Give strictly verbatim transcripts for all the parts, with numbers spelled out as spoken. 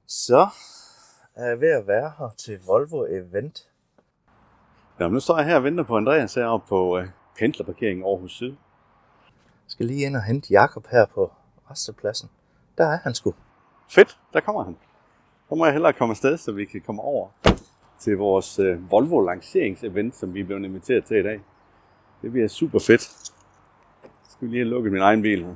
Så er jeg ved at være her til Volvo Event. Ja, nu står jeg her og venter på Andreas heroppe på øh, pendlerparkeringen Aarhus Syd. Jeg skal lige ind og hente Jakob her på rastepladsen. Der er han sgu. Fedt, der kommer han. Så må jeg hellere komme afsted, så vi kan komme over til vores øh, Volvo lanceringsevent, som vi er blevet inviteret til i dag. Det bliver super fedt. Så skal vi lige have lukket min egen bil her.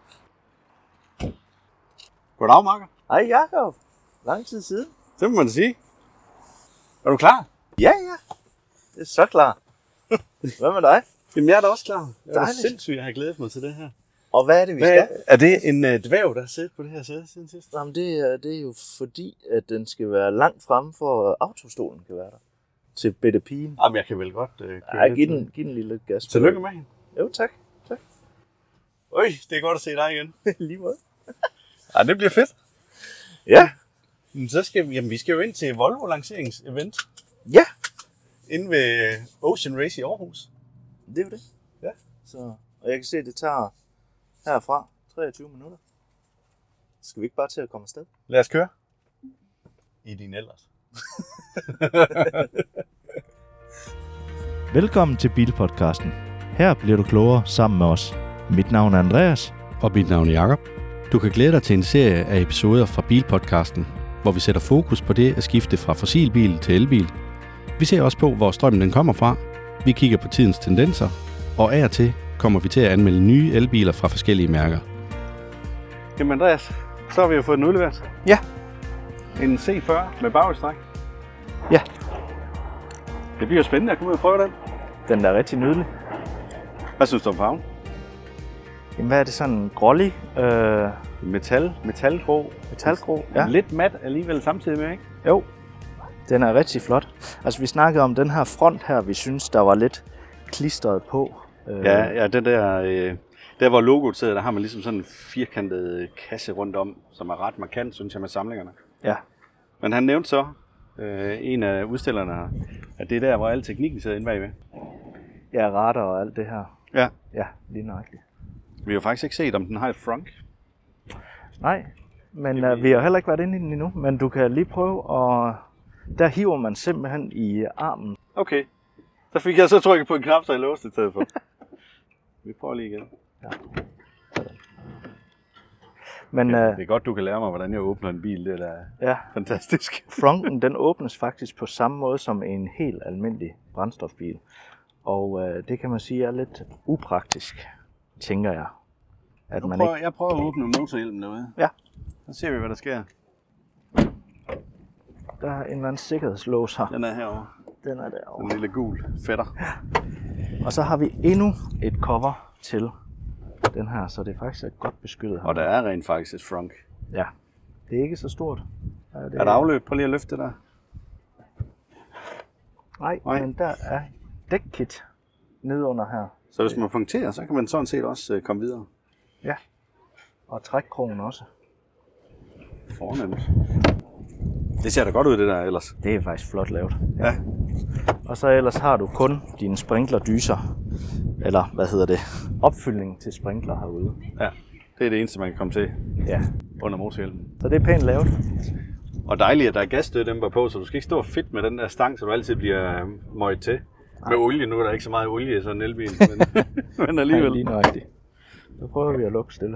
Goddag, Marker. Hej Jakob. Lang tid siden. Det må man sige. Er du klar? Ja, ja. Det er så klar. Hvad med dig? Jamen, jeg er da også klar. Jeg er Dejligt. sindssygt, jeg har glædet mig til det her. Og hvad er det, vi Hvad, skal? er det en øh, dværg, der har siddet på det her sæde siden sidst? Jamen, det er, det er jo fordi, at den skal være langt fremme, for autostolen kan være der. Til bitte pigen. Jamen, jeg kan vel godt øh, køre Ej, lidt giv til. den, giv den lige lidt gas. Tillykke med hende. Jo, tak. Tak. Øj, det er godt at se dig igen. Lige måde. Ja, det bliver fedt. Ja. Men så skal vi, jamen, vi skal jo ind til Volvo lanceringsevent Ja, inde ved Ocean Race i Aarhus. det er jo det. Ja. Så, og jeg kan se, at det tager herfra treogtyve minutter. Skal vi ikke bare til at komme afsted? Lad os køre. I din ellers. Velkommen til Bilpodcasten. Her bliver du klogere sammen med os. Mit navn er Andreas. Og mit navn er Jakob. Du kan glæde dig til en serie af episoder fra Bilpodcasten, hvor vi sætter fokus på det at skifte fra fossilbil til elbil. Vi ser også på, hvor strømmen den kommer fra. Vi kigger på tidens tendenser, og af og til kommer vi til at anmelde nye elbiler fra forskellige mærker. Jamen Andreas, så har vi jo fået den udleveret. Ja. En C fyrre med baghjulstræk. Ja. Det bliver jo spændende at komme ud og prøve den. Den der er rigtig nydelig. Hvad synes du om farven? Jamen, hvad er det sådan grålig? Øh, Metal, metalgrå. metalgrå? Ja. Lidt mat alligevel samtidig med, ikke? Jo. Den er rigtig flot. Altså, vi snakkede om den her front her, vi synes, der var lidt klistret på. Øh, Ja, ja, den der, øh, der hvor logoet sidder, der har man ligesom sådan en firkantet kasse rundt om, som er ret markant, synes jeg, med samlingerne. Ja. Men han nævnte så, øh, en af udstillerne her, at det er der, hvor al teknikken sidder inde bagved. Ja, radar og alt det her. Ja. Ja, lige nøjagtigt. Vi har jo faktisk ikke set, om den har et frunk. Nej, men øh, vi har heller ikke været inde i den endnu, men du kan lige prøve, og der hiver man simpelthen i armen. Okay. Så fik jeg så trykket på en knap, så jeg låste det til for. Vi prøver lige igen. Ja. Men Okay. øh, Det er godt, du kan lære mig, hvordan jeg åbner en bil. Det er da ja, fantastisk. fronten den åbnes faktisk på samme måde som en helt almindelig brændstofbil. Og øh, det kan man sige er lidt upraktisk, tænker jeg. At Nu man prøver, ikke... jeg prøver at åbne motorhjelmen derude. Ja. Så ser vi, hvad der sker. Der er en eller anden sikkerhedslås her. Den er herovre. Den er Den derovre. lille gul fætter. Og så har vi endnu et cover til den her, så det er faktisk er godt beskyttet her. Og der er rent faktisk et frunk. Ja, det er ikke så stort. Ja, det Er der afløb? Prøv lige at løfte det der. Nej, Nej. men der er dækkit nede under her. Så hvis man punkterer, så kan man sådan set også øh, komme videre. Ja, og trækkrogen også. Fornemt. Det ser da godt ud, det der ellers. Det er faktisk flot lavet. Ja. Og så ellers har du kun dine sprinklerdyser, eller hvad hedder det, opfyldning til sprinkler herude. Ja. Det er det eneste, man kan komme til Ja, under motorhjelmen. så det er pænt lavet. Og dejligt, at der er gasstøddæmper på, så du skal ikke stå og fedt med den der stang, så du altid bliver øh, møjt til. Med olie, nu er der ikke så meget olie i sådan en elbil, men, men Nej, alligevel. lige nøjagtigt. Så prøver vi at lukke stille.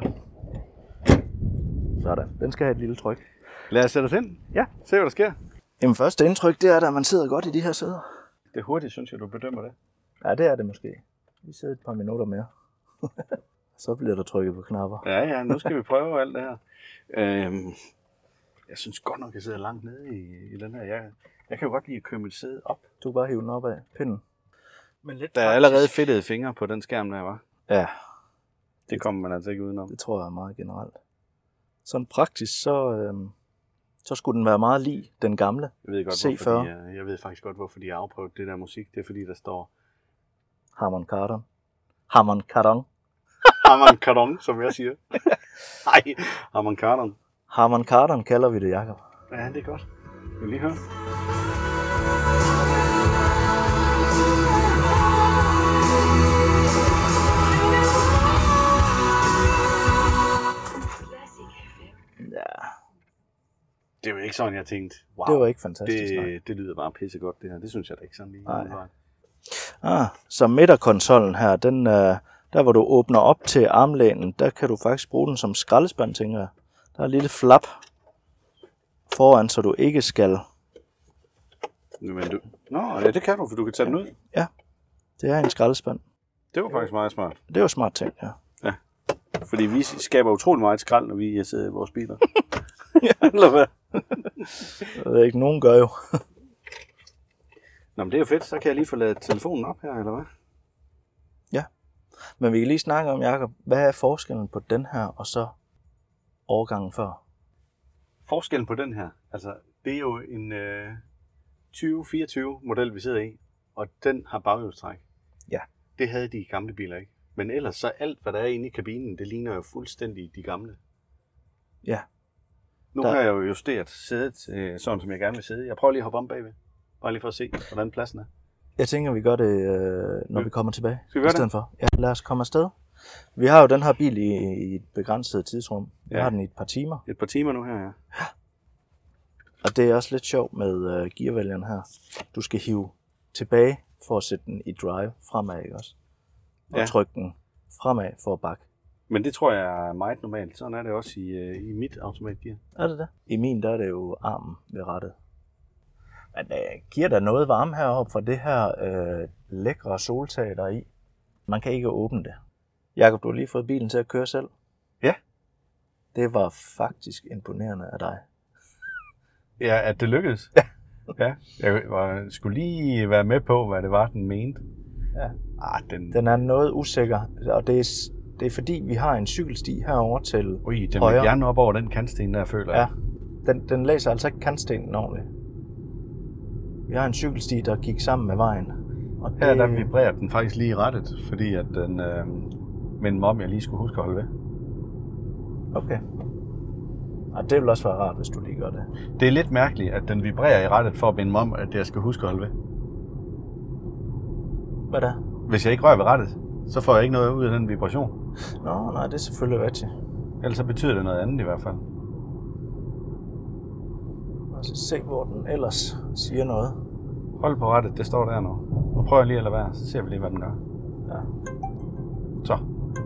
Sådan, den skal have et lille tryk. Lad os sætte os ind. Ja. Se, hvad der sker. Jamen første indtryk, det er, at man sidder godt i de her sæder. Det er hurtigt, synes jeg, du bedømmer det. Ja, det er det måske. Vi sidder et par minutter mere. Så bliver der trykket på knapper. Ja, ja, nu skal vi prøve alt det her. Øhm, jeg synes godt nok, jeg sidder langt nede i, i den her. Jeg, jeg kan jo godt lide at køre mit sæde op. Du kan bare hive den op af pinden. Men lidt Der er allerede fedtede fingre på den skærm der, var. Ja, Det kommer man altså ikke udenom. det tror jeg er meget generelt. Sådan praktisk, så, øhm, så skulle den være meget lig den gamle. Jeg ved, godt, C fyrre. hvorfor de, er- jeg ved faktisk godt, hvorfor de har afprøvet det der musik. Det er fordi, der står Harman Kardon. Harman Kardon. Harman Kardon, som jeg siger. Nej, Harman Kardon. Harman Kardon kalder vi det, Jakob. Ja, det er godt. Vil lige høre? Det er jo ikke sådan, jeg tænkte, wow, Det var ikke fantastisk. nej. det, det lyder bare pissegodt det her. Det synes jeg da ikke sådan lige. Nej. Ah, så midterkonsollen her, den, øh, der hvor du åbner op til armlænen, der kan du faktisk bruge den som skraldespand, tænker jeg. Der er et lille flap foran, så du ikke skal... Men du... Nå, ja, det kan du, for du kan tage den ud. Ja, det er en skraldespand. Det var faktisk meget smart. Det var smart ting, ja. Fordi vi skaber utrolig meget skrald, når vi sidder i vores biler. Ja, eller hvad? Jeg ved ikke, nogen gør jo. Nå, men det er jo fedt. Så kan jeg lige få ladet telefonen op her, eller hvad? Men vi kan lige snakke om, Jacob, hvad er forskellen på den her og så årgangen før? Forskellen på den her, altså det er jo en øh, tyve fireogtyve model, vi sidder i, og den har baghjulstræk. Ja. Det havde de gamle biler ikke. Men ellers så alt, hvad der er inde i kabinen, det ligner jo fuldstændig de gamle. Ja. Nu Der- har jeg jo justeret sædet, øh, sådan som jeg gerne vil sidde. Jeg prøver lige at hoppe om bagved, bare lige for at se, hvordan pladsen er. Jeg tænker, vi gør det, øh, når vi kommer tilbage. Skal vi gøre i stedet for. Ja, lad os komme afsted. Vi har jo den her bil i, i et begrænset tidsrum. Vi Ja. har den i et par timer. Et par timer nu her, ja. Og det er også lidt sjovt med øh, gearvælgeren her. Du skal hive tilbage for at sætte den i drive fremad, ikke også? Og Ja. trykke den fremad for at bakke. Men det tror jeg er meget normalt. Sådan er det også i, øh, i mit automatgear. Er det det? I min, der er det jo armen ved rattet. Men det giver der noget varme heroppe for det her øh, lækre soltag, der er i. Man kan ikke åbne det. Jakob, du har lige fået bilen til at køre selv. Ja. Det var faktisk imponerende af dig. Ja, at det lykkedes. Ja. Ja, jeg var, skulle lige være med på, hvad det var, den mente. Ja. Ah, den... Den er noget usikker, og det er, det er fordi, vi har en cykelsti herover til Ui, den vil højre. gerne op over den kantsten, der føler Ja, jeg. den, den læser altså ikke kantstenen ordentligt. Vi har en cykelsti, der gik sammen med vejen. Og det, Her der vibrerer den faktisk lige i rettet, fordi at den øh, mindte mig om, jeg lige skulle huske at holde ved. Okay. Og det vil også være rart, hvis du lige gør det. Det er lidt mærkeligt, at den vibrerer i rettet for at minde mig om, at jeg skal huske at holde ved. Hvad da? Hvis jeg ikke rører ved rettet, så får jeg ikke noget ud af den vibration. Nå, nej, det er selvfølgelig rigtigt. Ellers så betyder det noget andet i hvert fald. Lad os se, hvor den ellers siger noget. Hold på rettet, det står der nu. Nu prøver jeg lige at lade være, så ser vi lige, hvad den gør. Ja. Så.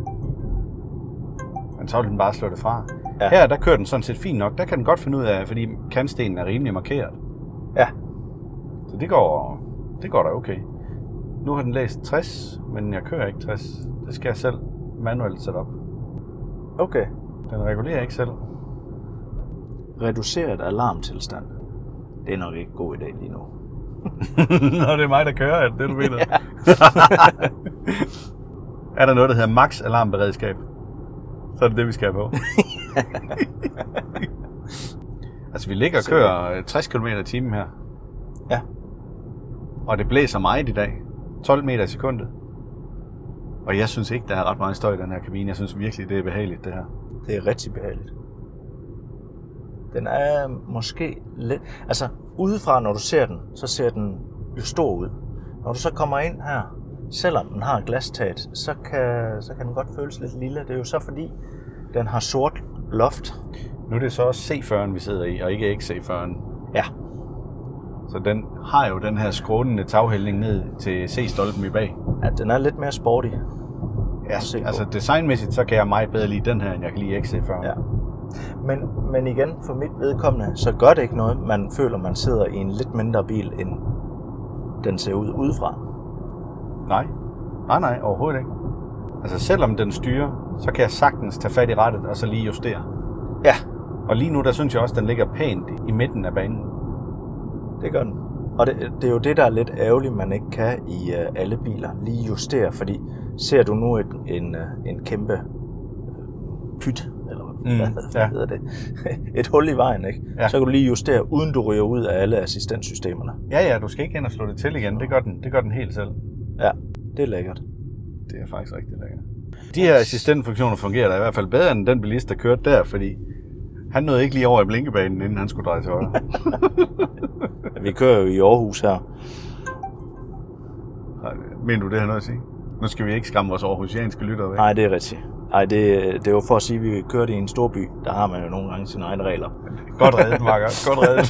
Men så vil den bare slå det fra. Ja. Her, der kører den sådan set fint nok. Der kan den godt finde ud af, fordi kantstenen er rimelig markeret. Ja. Så det går, det går da okay. Nu har den læst tres, men jeg kører ikke tres. Det skal jeg selv manuelt sætte op. Okay. Den regulerer ikke selv. Reduceret alarmtilstand. Det er nok ikke en god idé lige nu. Nå, det er mig, der kører, er det det, du mener? Ja. Er der noget, der hedder max alarmberedskab? Så er det det, vi skal have på. Altså, vi ligger og kører tres kilometer i timen her. Ja. Og det blæser meget i dag. tolv meter i sekundet. Og jeg synes ikke, der er ret meget støj i den her kabine. Jeg synes virkelig, det er behageligt, det her. Det er rigtig behageligt. Den er måske lidt... Altså, udefra, når du ser den, så ser den jo stor ud. Når du så kommer ind her, selvom den har glastaget, så kan, så kan den godt føles lidt lille. Det er jo så fordi, den har sort loft. Nu er det så også C fyrre, vi sidder i, og ikke X C fyrre. Ja. Så den har jo den her skrånende taghældning ned til C-stolpen i bag. Ja, den er lidt mere sporty. Ja, se på. altså designmæssigt, så kan jeg meget bedre lide den her, end jeg kan lide X C fyrre. Ja. Men, men igen, for mit vedkommende, så gør det ikke noget, man føler, man sidder i en lidt mindre bil, end den ser ud udefra. Nej, nej, nej, overhovedet ikke. Altså selvom den styrer, så kan jeg sagtens tage fat i rettet og så lige justere. Ja, Og lige nu, der synes jeg også, den ligger pænt i midten af banen. det gør den. Og det, det er jo det, der er lidt ærgerligt, man ikke kan i uh, alle biler. Lige justere, fordi ser du nu et, en, uh, en kæmpe uh, pyt, eller mm, hvad, hvad ja. hedder det, et hul i vejen, ikke? Ja. Så kan du lige justere, uden du ryger ud af alle assistenssystemerne. Ja, ja, du skal ikke ind og slå det til igen. Det gør den, det gør den helt selv. Ja, det er lækkert. Det er faktisk rigtig lækkert. De her assistentfunktioner fungerer der i hvert fald bedre end den bilist, der kørte der, fordi han nåede ikke lige over i blinkebanen, inden han skulle dreje til højre. Vi kører jo i Aarhus her. Mener du, det har noget at sige? Nu skal vi ikke skræmme vores aarhusianske lyttere væk. Nej, det er rigtigt. Nej, det, det er jo for at sige, at vi kørte i en stor by. Der har man jo nogle gange sine egne regler. Godt reddet, Marker. Godt reddet.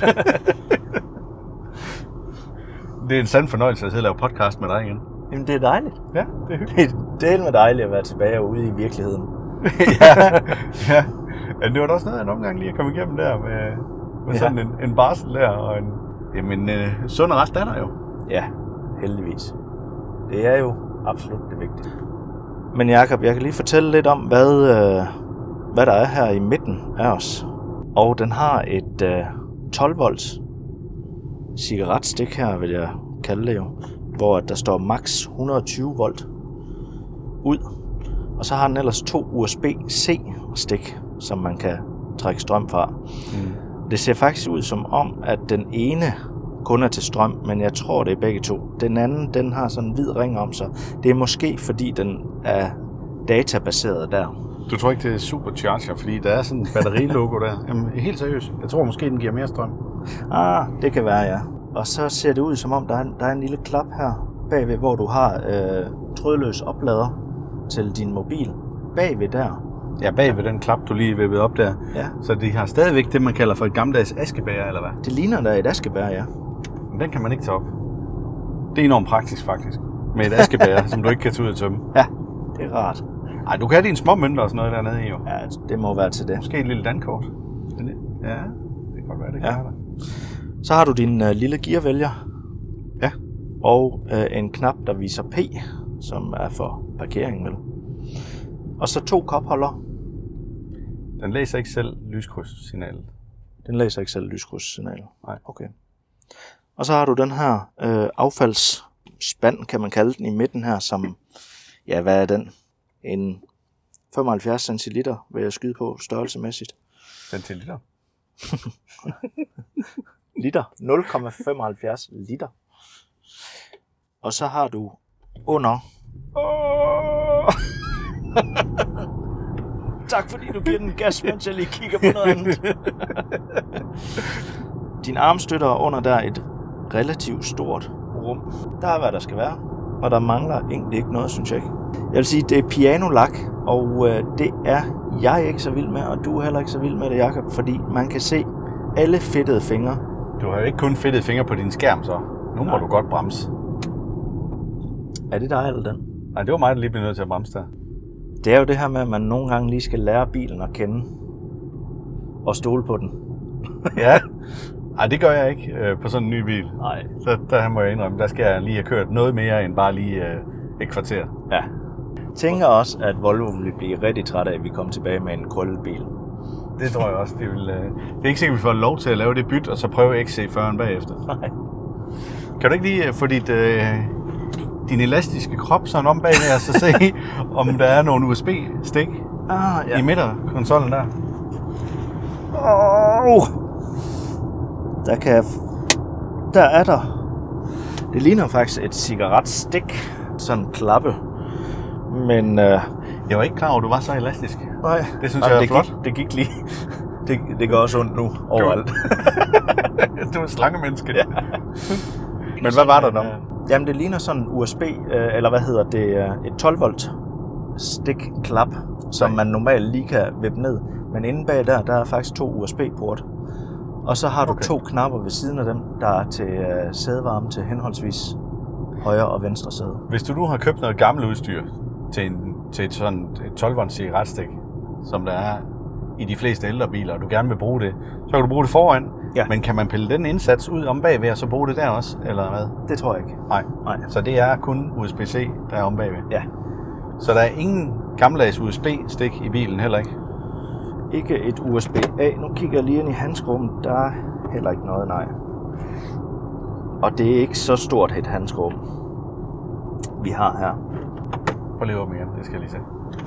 Det er en sand fornøjelse at sidde og lave podcast med dig igen. Jamen, det er dejligt. Ja, det er hyggeligt. Det er helt med dejligt at være tilbage ude i virkeligheden. ja, ja. Men det var da også noget af en omgang lige at komme igennem der med, med ja. sådan en, en barsel der og en jamen, øh, sund og rest er der jo. Ja, heldigvis. Det er jo absolut det vigtige. Men Jakob, jeg kan lige fortælle lidt om, hvad, øh, hvad der er her i midten af os. Og den har et øh, tolv volts cigaretstik her, vil jeg kalde det jo, hvor der står max et hundrede og tyve volt ud. Og så har den ellers to U S B C stik, som man kan trække strøm fra. Mm. Det ser faktisk ud som om, at den ene kun er til strøm, men jeg tror, det er begge to. Den anden, den har sådan en hvid ring om sig. Det er måske, fordi den er databaseret der. Du tror ikke, det er supercharger, fordi der er sådan en batterilogo der? Jamen, helt seriøst. Jeg tror måske, den giver mere strøm. Ah, det kan være, ja. Og så ser det ud som om, der er en, der er en lille klap her bagved, hvor du har øh, trådløs oplader til din mobil. Bagved der. Ja, bagved den klap, du lige vippede op der. Ja. Så de har stadigvæk det, man kalder for et gammeldags askebæger, eller hvad? Det ligner da et askebæger, ja. Men den kan man ikke tage op. Det er enormt praktisk, faktisk. Med et askebæger, som du ikke kan tage ud og tømme. Ja, det er rart. Ej, du kan have dine små mønter og sådan noget dernede i, jo. Ja, det må være til det. Måske et lille dankort. Ja, det kan godt være, det kan ja. være. Så har du din uh, lille gearvælger. Ja. Og uh, en knap, der viser P, som er for parkeringen, vel? Og så to kopholder. Den læser ikke selv lyskrydssignalet. Den læser ikke selv lyskrydssignalet? Nej. Okay. Og så har du den her øh, affaldsspand, kan man kalde den, i midten her, som, ja, hvad er den? En femoghalvfjerds centiliter, vil jeg skyde på størrelsemæssigt. Centiliter? Liter. nul komma femoghalvfjerds liter. Og så har du under... Oh! Tak fordi du giver den gas, mens jeg lige kigger på noget andet. Din armstøtter under der et relativt stort rum. Der er hvad der skal være, og der mangler egentlig ikke noget, synes jeg ikke. Jeg vil sige, det er pianolak, og øh, det er jeg ikke så vild med, og du er heller ikke så vild med det, Jakob, fordi man kan se alle fedtede fingre. Du har jo ikke kun fedtede fingre på din skærm, så nu må Nej. du godt bremse. Er det dig eller den? Nej, det var mig, der lige blev nødt til at bremse der. Det er jo det her med, at man nogle gange lige skal lære bilen at kende og stole på den. Ja, ej, det gør jeg ikke øh, på sådan en ny bil. Nej. Så der må jeg indrømme, der skal jeg lige have kørt noget mere end bare lige øh, et kvarter. Ja. Jeg tænker også, at Volvo vil blive rigtig træt af, at vi kommer tilbage med en krøllebil. Det tror jeg også. Det, vil, øh, det er ikke sikkert, at vi får lov til at lave det byt, og så prøve X C fyrre bagefter. Nej. Kan du ikke lige få dit... Øh, din elastiske krop sådan om bagved, og så se, om der er nogle U S B-stik ah, ja. i midterkonsollen der. Oh. Der kan jeg... Der er der. Det ligner faktisk et cigaretstik. Sådan en klappe. Men... Øh... Jeg var ikke klar over, at du var så elastisk. Nej. Det synes Nej, jeg er det flot. Gik, det gik lige... Det, det gør også ondt nu overalt. Du er et slangemenneske. Ja. Men hvad var der dog? Jamen det ligner sådan en U S B, eller hvad hedder det, et tolv volt stikklap, som man normalt lige kan vippe ned. Men inde bag der, der er faktisk to U S B-port. Og så har du okay. to knapper ved siden af dem, der er til sædevarme til henholdsvis højre og venstre sæde. Hvis du nu har købt noget gammelt udstyr til, en, til et sådan et tolv volt cigaretstik, som der er i de fleste ældre biler, og du gerne vil bruge det, så kan du bruge det foran. Ja. Men kan man pille den indsats ud om bagved, og så bruge det der også, eller hvad? Det tror jeg ikke. Nej. Nej. Så det er kun U S B C, der er om bagved? Ja. Så der er ingen gammeldags U S B-stik i bilen heller ikke? Ikke et U S B A. Nu kigger jeg lige ind i handskerummet. Der er heller ikke noget, nej. Og det er ikke så stort et handskerum, vi har her. Prøv lige åbne igen, det skal jeg lige se.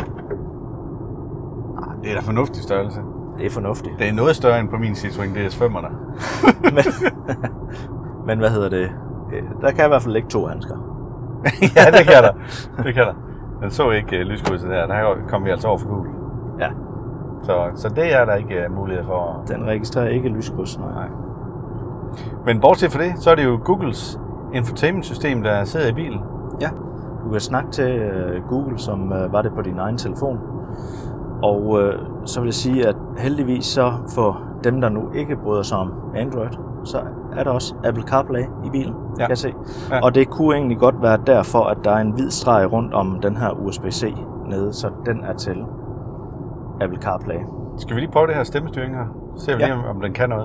Det er da fornuftig størrelse. Det er fornuftigt. Det er noget større end på min Citroën D S fem'er der. men, men hvad hedder det? Der kan i hvert fald ikke to handsker. Ja, det kan der. Det kan der. Den så ikke uh, lyskrydset her. Der kom vi altså over for gul. Ja. Så, så det er der ikke uh, mulighed for. Den registrerer ikke lyskryds, nej. nej. Men bortset fra det, så er det jo Googles infotainment-system, der sidder i bilen. Ja. Du kan snakke til øh, Google, som øh, var det på din egen telefon. Og øh, så vil jeg sige, at heldigvis så for dem, der nu ikke bryder sig om Android, så er der også Apple CarPlay i bilen, ja. Kan jeg se. Ja. Og det kunne egentlig godt være derfor, at der er en hvid streg rundt om den her U S B C nede, så den er til Apple CarPlay. Skal vi lige prøve det her stemmestyring her? Så ser vi ja. lige, om den kan noget.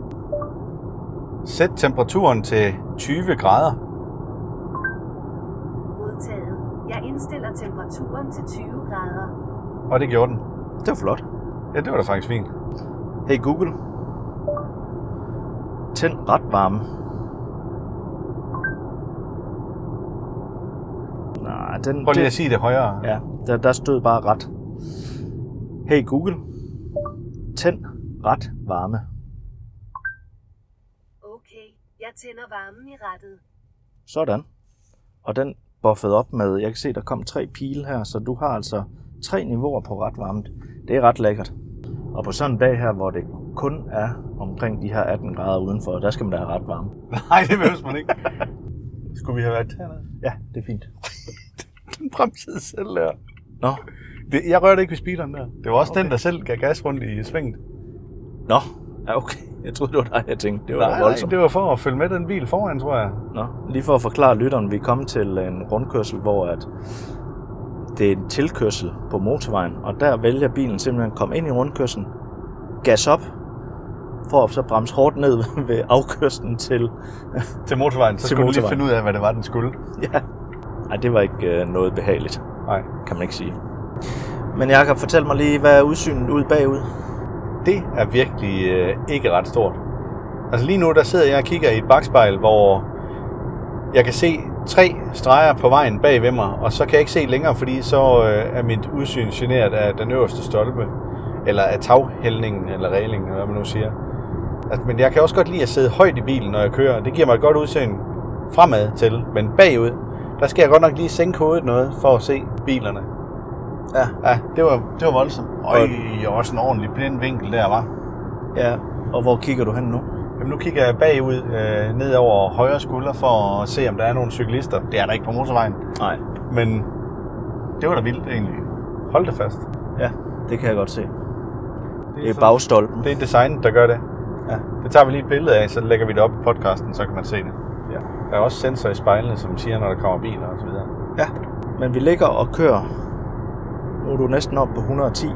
Sæt temperaturen til tyve grader. Modtaget. Jeg indstiller temperaturen til tyve grader. Og det gjorde den. Det var flot. Ja, det var da faktisk fint. Hey Google. Tænd retvarme. Nej, den... Prøv lige at sige det højere. Ja, der, der stod bare ret. Hey Google. Tænd retvarme. Okay, jeg tænder varmen i rettet. Sådan. Og den buffede op med, jeg kan se, der kom tre pile her, så du har altså tre niveauer på retvarmet. Det er ret lækkert. Og på sådan en dag her, hvor det kun er omkring de her atten grader udenfor, der skal man da have ret varme. Nej, det behøver man ikke. Skulle vi have været hernede? Ja, det er fint. Den bremsede selv der. Nå. Det, jeg rørte ikke ved speederen der. Det var også okay. Den, der selv gav gas rundt i svinget. Nå, ja okay. Jeg troede, det var dig, jeg tænkte. Det var nej, voldsomt. Nej, det var for at følge med den bil foran, tror jeg. Nå, lige for at forklare lytteren, vi kom til en rundkørsel, hvor at det er en tilkørsel på motorvejen, og der vælger bilen simpelthen at komme ind i rundkørslen, gas op, for at så bremse hårdt ned ved afkørslen til, til motorvejen. Så til skulle motorvejen. du lige finde ud af, hvad det var, den skulle. Ja. Nej, det var ikke øh, noget behageligt. Nej. Kan man ikke sige. Men Jakob, fortæl mig lige, hvad er udsynet ude bagud? Det er virkelig øh, ikke ret stort. Altså lige nu, der sidder jeg og kigger i et bakspejl, hvor jeg kan se tre streger på vejen bag ved mig, og så kan jeg ikke se længere, fordi så øh, er mit udsyn generet af den øverste stolpe, eller af taghældningen, eller reglingen, eller hvad man nu siger. Altså, men jeg kan også godt lide at sidde højt i bilen, når jeg kører. Det giver mig et godt udsyn fremad til, men bagud, der skal jeg godt nok lige sænke hovedet noget, for at se bilerne. Ja, ja det, var, det var voldsomt. Øj, også en ordentlig blind vinkel der, var. Ja, og hvor kigger du hen nu? Jamen, nu kigger jeg bagud, øh, ned over højre skulder, for at se, om der er nogle cyklister. Det er der ikke på motorvejen. Nej. Men det var da vildt, egentlig. Hold det fast. Ja, det kan jeg godt se. Det er, det er sådan, bagstolpen. Det er designet, der gør det. Ja. Det tager vi lige et billede af, så lægger vi det op på podcasten, så kan man se det. Ja. Der er også sensor i spejlene, som siger, når der kommer biler og så videre. Ja, men vi ligger og kører. Nu er du næsten oppe på et hundrede og ti.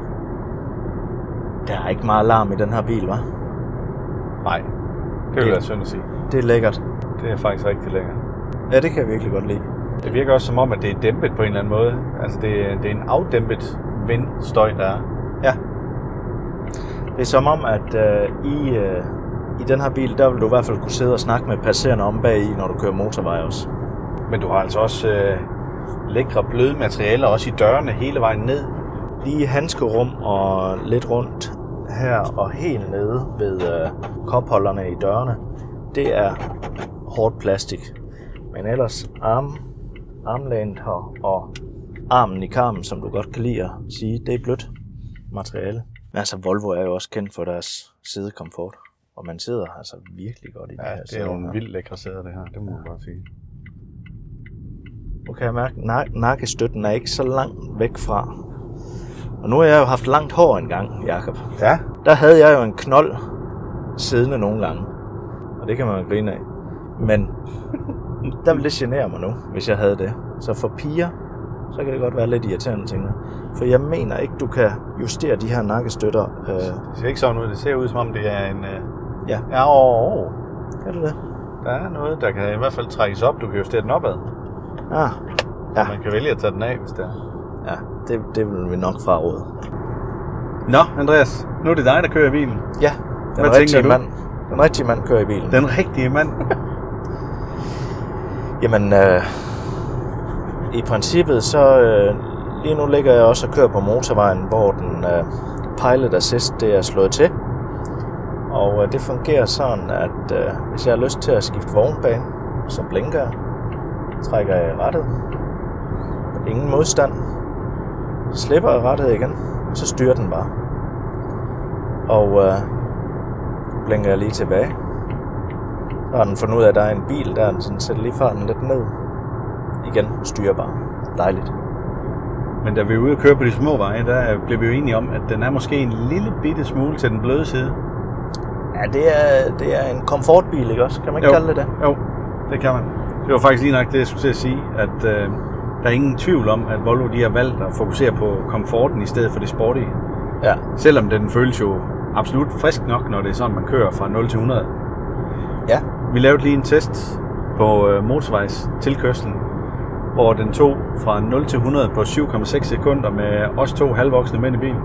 Der er ikke meget larm i den her bil, hva'? Nej, det vil være synd at sige. Det er lækkert. Det er faktisk rigtig lækkert. Ja, det kan jeg virkelig godt lide. Det virker også som om, at det er dæmpet på en eller anden måde. Altså, det er, det er en afdæmpet vindstøj, der er. Ja. Det er som om, at øh, i, øh, i den her bil, der vil du i hvert fald kunne sidde og snakke med passerende om bag i, når du kører motorvej også. Men du har altså også øh, lækre bløde materialer, også i dørene hele vejen ned. Lige handskerum og lidt rundt her og helt nede ved øh, kopholderne i dørene. Det er hårdt plastik. Men ellers arm, armlænet her og armen i karmen, som du godt kan lide at sige, det er blødt materiale. Men altså Volvo er jo også kendt for deres sædekomfort. Og man sidder altså virkelig godt i det ja, her. det er nogle vildt lækre sæder det her, det må man bare sige. Nu kan jeg mærke, at nakkestøtten er ikke så langt væk fra. Og nu har jeg jo haft langt hår engang, Jakob. Ja. Der havde jeg jo en knold siddende nogle gange. Og det kan man jo grine af. Men der ville det genere mig nu, hvis jeg havde det. Så for piger, så kan det godt være lidt irriterende, tænker. For jeg mener ikke, du kan justere de her nakkestøtter. Øh... Det ser ikke sådan ud. Det ser ud, som om det er en... Øh... Ja. Ja, åh, åh. Kan du det? Der er noget, der kan i hvert fald trækkes op. Du kan justere den opad. Ah. Ja. Man kan vælge at tage den af, hvis det er. Ja, det, det vil vi nok fraråde. Nå, Andreas. Nu er det dig, der kører i bilen. Ja, den Hvad rigtige du? mand. Den rigtige mand kører i bilen. Den rigtige mand? Jamen, øh, i princippet så... Øh, lige nu ligger jeg også og kører på motorvejen, hvor den øh, Pilot Assist det er slået til. Og øh, det fungerer sådan, at øh, hvis jeg har lyst til at skifte vognbane, så blinker jeg. Trækker jeg i rattet. Ingen modstand. Slipper jeg rattet igen, så styrer den bare. Og øh, blinker jeg lige tilbage. Så har den fundet ud af, at der er en bil der, den sætter lige farten lidt ned. igen styrbar. Dejligt. Men da vi er ude og køre på de små veje, der blev vi jo enige om, at den er måske en lille bitte smule til den bløde side. Ja, det er, det er en komfortbil, ikke også? Kan man ikke jo. kalde det det? Jo, det kan man. Det var faktisk lige nok det, jeg skulle til at sige, at øh, der er ingen tvivl om, at Volvo de har valgt at fokusere på komforten i stedet for det sportige. Ja. Selvom den føles jo absolut frisk nok, når det er sådan, man kører fra nul til hundrede. Ja. Vi lavede lige en test på øh, motorvejs tilkørslen, hvor den tog fra nul til hundrede på syv komma seks sekunder med os to halvvoksne mænd i bilen.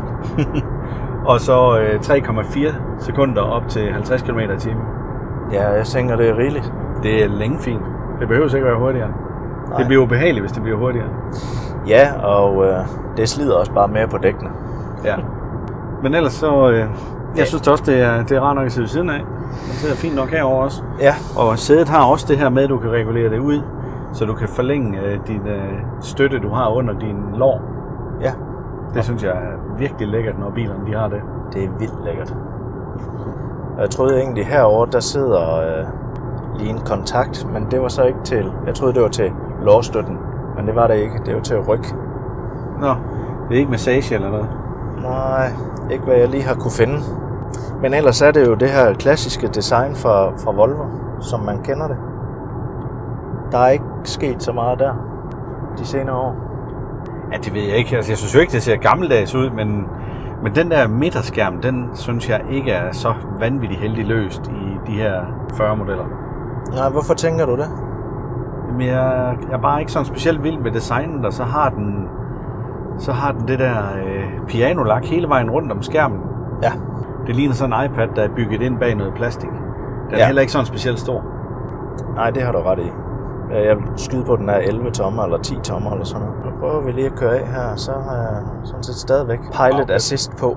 Og så øh, tre komma fire sekunder op til halvtreds kilometer i timen. Ja, jeg tænker, det er rigeligt. Det er længe fint. Det behøver ikke være hurtigere. Nej. Det bliver ubehageligt, hvis det bliver hurtigere. Ja, og øh, det slider også bare mere på dækkene. Ja. Men ellers så, øh, jeg synes også, det er, det er rart nok at sidde ved siden af. Det sidder fint nok herovre også. Ja. Og sædet har også det her med, at du kan regulere det ud, så du kan forlænge øh, din øh, støtte, du har under din lår. Ja. Det synes jeg er virkelig lækkert, når bilerne de har det. Det er vildt lækkert. Og jeg troede egentlig herovre, der sidder øh, lige en kontakt, men det var så ikke til, jeg troede det var til lårstøtten, men det var det ikke, det var til ryg. Nå, det er ikke massage eller noget? Nej, ikke hvad jeg lige har kunne finde. Men ellers er det jo det her klassiske design fra, fra Volvo, som man kender det. Der er ikke sket så meget der de senere år. Ja, det ved jeg ikke. Altså, jeg synes jo ikke, det ser gammeldags ud, men, men den der midterskærm, den synes jeg ikke er så vanvittigt heldig løst i de her fyrre-modeller. Nej, hvorfor tænker du det? Jamen, jeg, jeg er bare ikke sådan specielt vild med designen, og så har den, så har den det der øh, pianolak hele vejen rundt om skærmen. Ja. Det ligner sådan en iPad, der er bygget ind bag noget plastik. Den er Ja. heller ikke sådan specielt stor. Nej, det har du ret i. Jeg vil skyde på, at den er elleve tommer eller ti tommer eller sådan noget. Nu prøver vi lige at køre af her, så har jeg sådan set stadigvæk Pilot Assist på.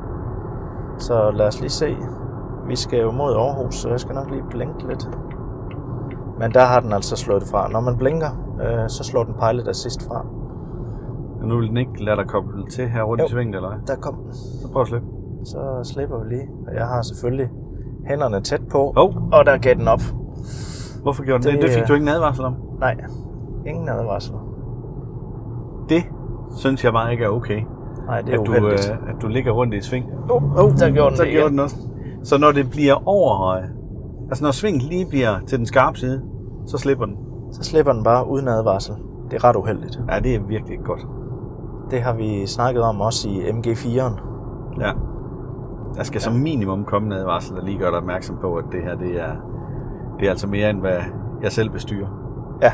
Så lad os lige se. Vi skal jo mod Aarhus, så jeg skal nok lige blinke lidt. Men der har den altså slået det fra. Når man blinker, øh, så slår den Pilot Assist fra. Og nu vil den ikke lade dig koble til her rundt Jo. i svingen, eller hvad? Der kom den. Så prøv at slippe. Så slipper vi lige. Og jeg har selvfølgelig hænderne tæt på. Hov. Og der gav den op. Hvorfor gjorde den det? Det, Det fik du ingen advarsel om. Nej, ingen advarsler. Det synes jeg bare ikke er okay. Nej, det er at du, uheldigt. øh, at du ligger rundt i et sving. Åh, oh, der gjorde den Så det gjorde igen. den også. Så når det bliver over, øh, altså når svingen lige bliver til den skarpe side, så slipper den. Så slipper den bare uden advarsel. Det er ret uheldigt. Ja, det er virkelig ikke godt. Det har vi snakket om også i M G fire'eren. Ja. Der skal ja. som minimum komme en advarsel, der lige gør dig opmærksom på, at det her, det er, det er altså mere end hvad jeg selv bestyrer. Ja.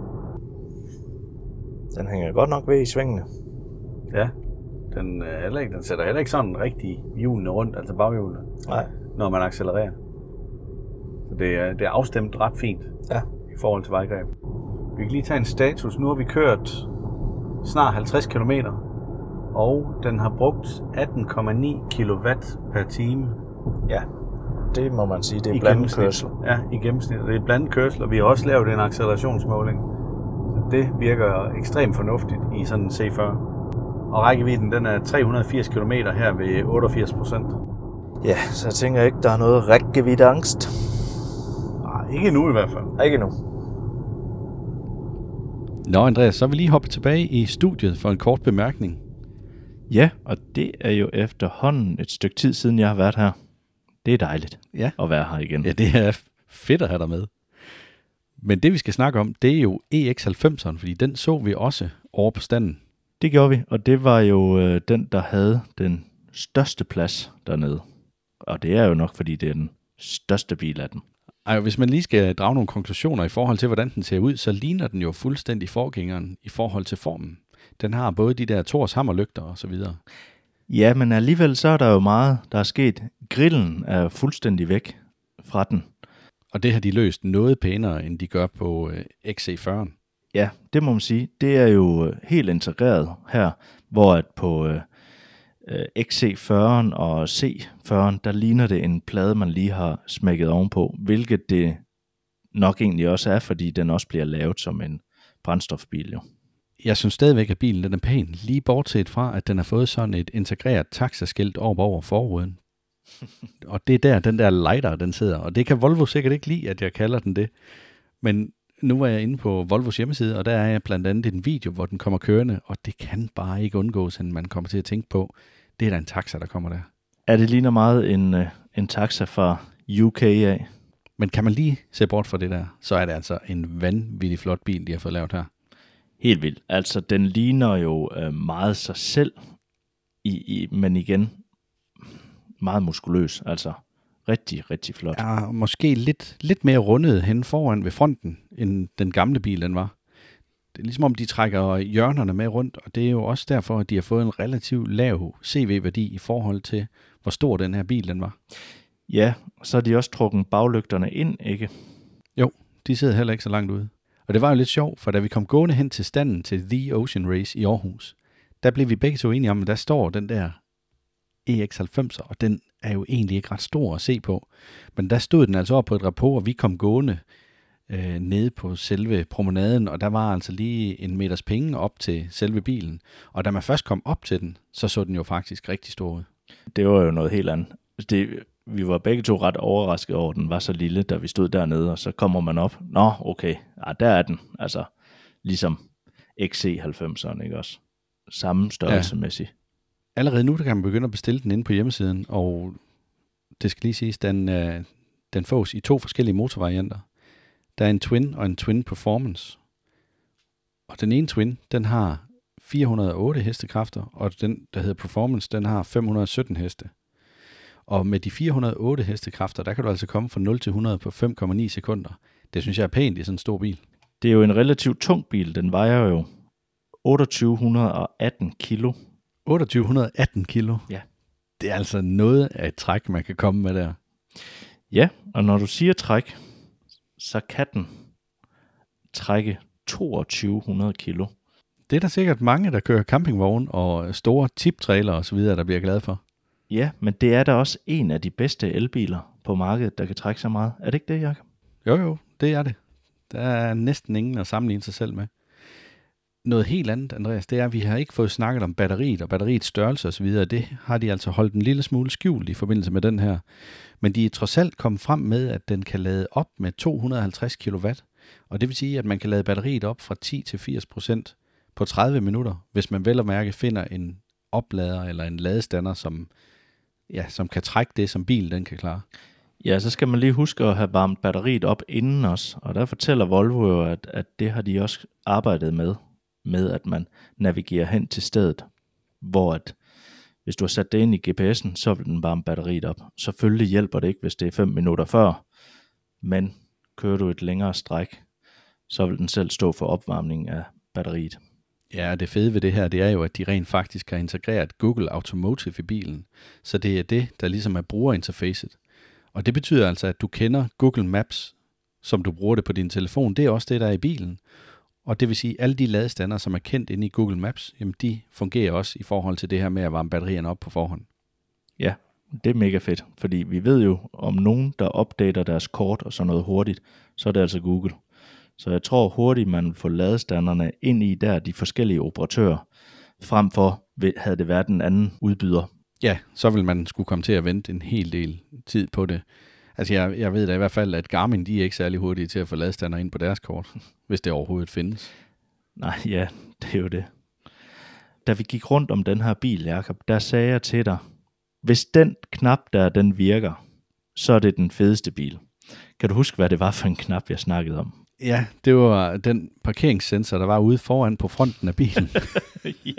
Den hænger godt nok ved i svingene. Ja. Den, er heller ikke, den sætter heller ikke sådan rigtig hjulene rundt, altså baghjulene, Nej. når man accelererer. Så det er, det er afstemt ret fint Ja. i forhold til vejgreb. Vi kan lige tage en status. Nu har vi kørt snart halvtreds kilometer, og den har brugt atten komma ni kilowatt per time. Ja. Det må man sige, det er I blandet gennemsnit. kørsel. Ja, i gennemsnit. Det er blandet kørsel, og vi har også lavet en accelerationsmåling. Så det virker ekstremt fornuftigt i sådan en C fyrre. Og rækkevidden, den er tre hundrede og firs kilometer her ved otteogfirs procent. Ja, så jeg tænker ikke, der er noget rækkeviddeangst. Nej, ikke endnu i hvert fald. Ikke nu. Nå, Andreas, så er vi lige hoppet tilbage i studiet for en kort bemærkning. Ja, og det er jo efterhånden et stykke tid siden, jeg har været her. Det er dejligt Ja. at være her igen. Ja, det er fedt at have dig med. Men det, vi skal snakke om, det er jo E X halvfemseren, fordi den så vi også over på standen. Det gjorde vi, og det var jo øh, den, der havde den største plads dernede. Og det er jo nok, fordi det er den største bil af den. Ej, hvis man lige skal drage nogle konklusioner i forhold til, hvordan den ser ud, så ligner den jo fuldstændig forgængeren i forhold til formen. Den har både de der Thors hammerlygter og så videre. Ja, men alligevel så er der jo meget, der er sket. Grillen er fuldstændig væk fra den. Og det har de løst noget pænere, end de gør på øh, X C fyrren. Ja, det må man sige. Det er jo øh, helt integreret her, hvor at på øh, øh, X C fyrren og C fyrren, der ligner det en plade, man lige har smækket ovenpå, hvilket det nok egentlig også er, fordi den også bliver lavet som en brændstofbil jo. Jeg synes stadigvæk, at bilen den er pæn, lige bortset fra, at den har fået sådan et integreret taxaskilt over over forruden. Og det er der, den der lighter, den sidder. Og det kan Volvo sikkert ikke lide, at jeg kalder den det. Men nu er jeg inde på Volvos hjemmeside, og der er jeg blandt andet en video, hvor den kommer kørende, og det kan bare ikke undgås, at man kommer til at tænke på, det er da en taxa, der kommer der. Er det ligner meget en, øh, en taxa fra U K af? Men kan man lige se bort fra det der, så er det altså en vanvittig flot bil, de har fået lavet her. Helt vildt. Altså, den ligner jo øh, meget sig selv, i, i, men igen, meget muskuløs. Altså, rigtig, rigtig flot. Ja, måske lidt, lidt mere rundet hen foran ved fronten, end den gamle bil, den var. Det er ligesom om, de trækker hjørnerne med rundt, og det er jo også derfor, at de har fået en relativt lav C V-værdi i forhold til, hvor stor den her bil, den var. Ja, så har de også trukket baglygterne ind, ikke? Jo, de sidder heller ikke så langt ude. Og det var jo lidt sjovt, for da vi kom gående hen til standen til The Ocean Race i Aarhus, der blev vi begge to enige om, at der står den der E X halvfems, og den er jo egentlig ikke ret stor at se på. Men der stod den altså op på et rapport, og vi kom gående øh, nede på selve promenaden, og der var altså lige en meters penge op til selve bilen. Og da man først kom op til den, så så den jo faktisk rigtig stor ud. Det var jo noget helt andet. Det, vi var begge to ret overrasket over, at den var så lille, da vi stod dernede, og så kommer man op. Nå, okay, ja, der er den. Altså, ligesom X C halvfemseren, ikke også? Samme størrelsemæssigt. Ja. Allerede nu der kan man begynde at bestille den inde på hjemmesiden, og det skal lige siges, den, øh, den fås i to forskellige motorvarianter. Der er en Twin og en Twin Performance. Og den ene Twin, den har fire hundrede og otte hestekræfter, og den, der hedder Performance, den har fem hundrede og sytten heste. Og med de fire hundrede og otte hestekræfter, der kan du altså komme fra nul til hundrede på fem komma ni sekunder. Det synes jeg er pænt i sådan en stor bil. Det er jo en relativt tung bil. Den vejer jo otteogtyve hundrede og atten kilo. otteogtyve hundrede og atten kilo? Ja. Det er altså noget af et træk, man kan komme med der. Ja, og når du siger træk, så kan den trække toogtyve hundrede kilo. Det er der sikkert mange, der kører campingvogn og store tiptrailer og så videre, der bliver glade for. Ja, men det er da også en af de bedste elbiler på markedet, der kan trække så meget. Er det ikke det, Jacob? Jo, jo, det er det. Der er næsten ingen at sammenligne sig selv med. Noget helt andet, Andreas, det er, at vi har ikke fået snakket om batteriet og batteriets størrelse osv. Det har de altså holdt en lille smule skjult i forbindelse med den her. Men de er trods alt kommet frem med, at den kan lade op med to hundrede og halvtreds kilowatt. Og det vil sige, at man kan lade batteriet op fra ti til firs procent på tredive minutter, hvis man vel og mærke finder en oplader eller en ladestander, som, ja, som kan trække det, som bilen den kan klare. Ja, så skal man lige huske at have varmet batteriet op inden os. Og der fortæller Volvo jo, at, at det har de også arbejdet med. med at man navigerer hen til stedet, hvor at, hvis du har sat det ind i G P S'en, så vil den varme batteriet op. Selvfølgelig hjælper det ikke, hvis det er fem minutter før, men kører du et længere stræk, så vil den selv stå for opvarmning af batteriet. Ja, det fede ved det her, det er jo, at de rent faktisk har integreret Google Automotive i bilen, så det er det, der ligesom er brugerinterfacet. Og det betyder altså, at du kender Google Maps, som du bruger det på din telefon, det er også det, der er i bilen. Og det vil sige, at alle de ladestander, som er kendt inde i Google Maps, jamen de fungerer også i forhold til det her med at varme batterierne op på forhånd. Ja, det er mega fedt, fordi vi ved jo, om nogen, der opdater deres kort og sådan noget hurtigt, så er det altså Google. Så jeg tror hurtigt, man får ladestanderne ind i der de forskellige operatører, frem for havde det været en anden udbyder. Ja, så vil man skulle komme til at vente en hel del tid på det. Altså jeg, jeg ved da i hvert fald, at Garmin de er ikke særlig hurtige til at få ladestander ind på deres kort, hvis det overhovedet findes. Nej, ja, det er jo det. Da vi gik rundt om den her bil, Jacob, der sagde jeg til dig, hvis den knap der, den virker, så er det den fedeste bil. Kan du huske, hvad det var for en knap, jeg snakkede om? Ja, det var den parkeringssensor, der var ude foran på fronten af bilen. Ja.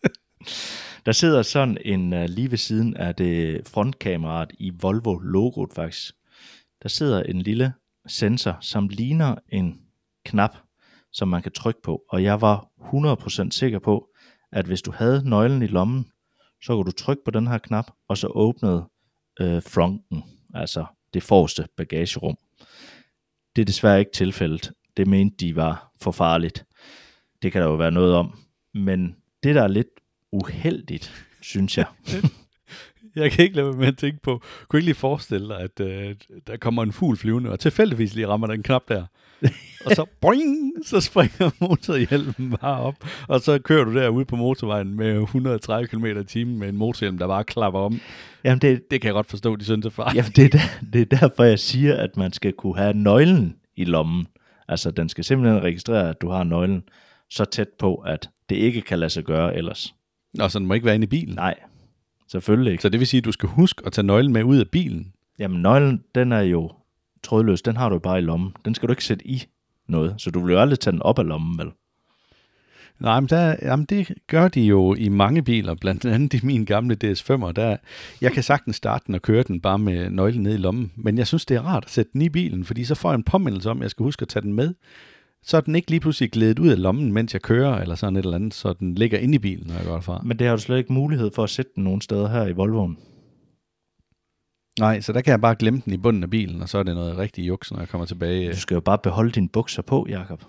Der sidder sådan en uh, lige ved siden af det frontkameraet i Volvo-logoet faktisk. Der sidder en lille sensor, som ligner en knap, som man kan trykke på. Og jeg var hundrede procent sikker på, at hvis du havde nøglen i lommen, så kunne du trykke på den her knap, og så åbnede øh, fronten, altså det forreste bagagerum. Det er desværre ikke tilfældet. Det mente de var for farligt. Det kan der jo være noget om. Men det der er lidt uheldigt, synes jeg. Jeg kan ikke lade være med at tænke på, kunne ikke lige forestille dig, at øh, der kommer en fugl flyvende, og tilfældigvis lige rammer den knap der. Og så, boing, så springer motorhjelmen bare op, og så kører du derude på motorvejen med et hundrede og tredive kilometer i timen med en motorhjelm, der bare klapper om. Jamen det, det kan jeg godt forstå, de synes er farligt. Jamen det er, der, det er derfor, jeg siger, at man skal kunne have nøglen i lommen. Altså, den skal simpelthen registrere, at du har nøglen så tæt på, at det ikke kan lade sig gøre ellers. Og så den må ikke være inde i bilen? Nej, selvfølgelig ikke. Så det vil sige, at du skal huske at tage nøglen med ud af bilen? Jamen, nøglen, den er jo trådløs. Den har du bare i lommen. Den skal du ikke sætte i noget, så du vil jo aldrig tage den op af lommen, vel? Nej, men der, jamen det gør de jo i mange biler, blandt andet i min gamle D S fem'er. Der, jeg kan sagtens starte den og køre den bare med nøglen ned i lommen, men jeg synes, det er rart at sætte den i bilen, fordi så får jeg en påmindelse om, at jeg skal huske at tage den med. Så er den ikke lige pludselig glædet ud af lommen, mens jeg kører, eller sådan et eller andet, så den ligger inde i bilen, når jeg går derfra. Men det har du slet ikke mulighed for at sætte den nogen steder her i Volvoen. Nej, så der kan jeg bare glemme den i bunden af bilen, og så er det noget rigtig juks, når jeg kommer tilbage. Du skal jo bare beholde dine bukser på, Jakob.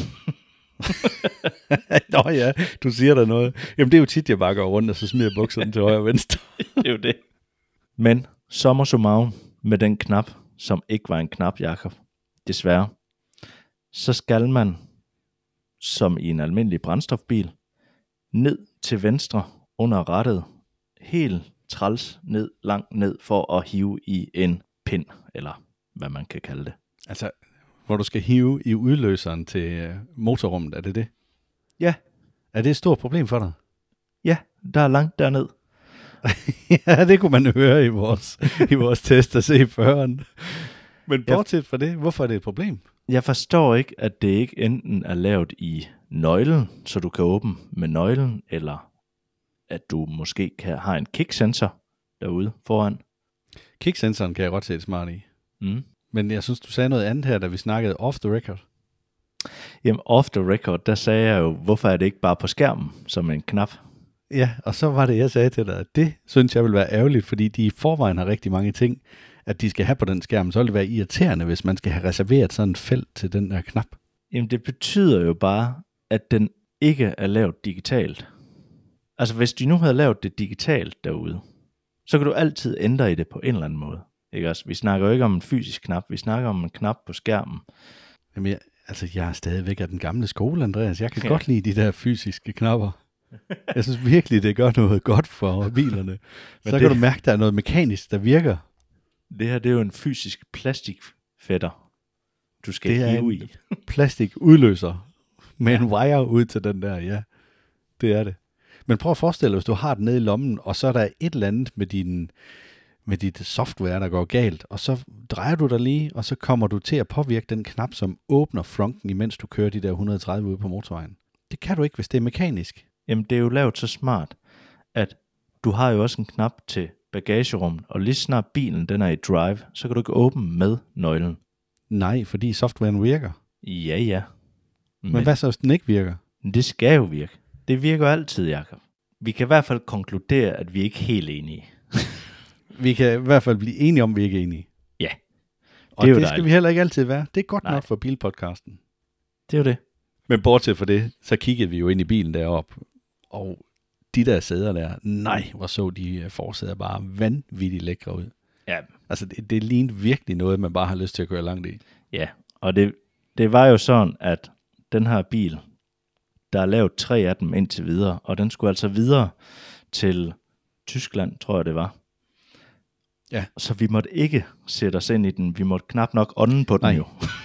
Nå ja, du siger der noget. Jamen det er jo tit, jeg bare går rundt, og så smider bukserne til højre og venstre. Det er jo det. Men summa summarum med den knap, som ikke var en knap, Jakob, desværre, så skal man, som i en almindelig brændstofbil, ned til venstre under rattet, helt træls ned, langt ned, for at hive i en pind, eller hvad man kan kalde det. Altså, hvor du skal hive i udløseren til motorrummet, er det det? Ja. Er det et stort problem for dig? Ja, der er langt derned. Ja, det kunne man høre i vores, i vores test af C fyrre'en. Men bortset fra det, hvorfor er det et problem? Jeg forstår ikke, at det ikke enten er lavet i nøglen, så du kan åbne med nøglen, eller at du måske kan have en kicksensor derude foran. Kicksensoren kan jeg godt se det smart i. Mm. Men jeg synes, du sagde noget andet her, da vi snakkede off the record. Jamen, off the record, der sagde jeg jo, hvorfor er det ikke bare på skærmen som en knap? Ja, og så var det, jeg sagde til dig, at det synes jeg vil være ærgerligt, fordi de i forvejen har rigtig mange ting, at de skal have på den skærm. Så vil det være irriterende, hvis man skal have reserveret sådan et felt til den der knap. Jamen, det betyder jo bare, at den ikke er lavet digitalt. Altså, hvis de nu havde lavet det digitalt derude, så kan du altid ændre i det på en eller anden måde. Ikke også? Vi snakker jo ikke om en fysisk knap, vi snakker om en knap på skærmen. Jamen, jeg, altså, jeg er stadigvæk af den gamle skole, Andreas. Jeg kan Ja. godt lide de der fysiske knapper. Jeg synes virkelig, det gør noget godt for bilerne. Så det- kan du mærke, at der er noget mekanisk, der virker. Det her, det er jo en fysisk plastikfætter, du skal Det er hive en i. plastik udløser med en wire ud til den der, ja. Det er det. Men prøv at forestille dig, hvis du har den nede i lommen, og så er der et eller andet med, din, med dit software, der går galt, og så drejer du dig lige, og så kommer du til at påvirke den knap, som åbner fronten, imens du kører de der et hundrede og tredive ude på motorvejen. Det kan du ikke, hvis det er mekanisk. Jamen, det er jo lavet så smart, at du har jo også en knap til bagagerummet, og lige snart bilen den er i drive, så kan du ikke åbne med nøglen. Nej, fordi softwaren virker. Ja, ja. Men, Men hvad så, hvis den ikke virker? Det skal jo virke. Det virker jo altid, Jakob. Vi kan i hvert fald konkludere, at vi ikke er helt enige. Vi kan i hvert fald blive enige om, at vi ikke er enige. Ja. Og Det er jo det skal dejligt. vi heller ikke altid være. Det er godt Nej. nok for bilpodcasten. Det er jo det. Men bortset fra det, så kiggede vi jo ind i bilen deroppe, og de der sæder der, nej, hvor så de forsæder bare vanvittigt lækre ud. Ja, Altså, det, det lignede virkelig noget, man bare har lyst til at køre langt i. ja. Og det, det var jo sådan, at den her bil, der er lavet tre af dem indtil videre, og den skulle altså videre til Tyskland, tror jeg det var. Ja. Så vi måtte ikke sætte os ind i den. Vi måtte knap nok ånden på den Nej. jo.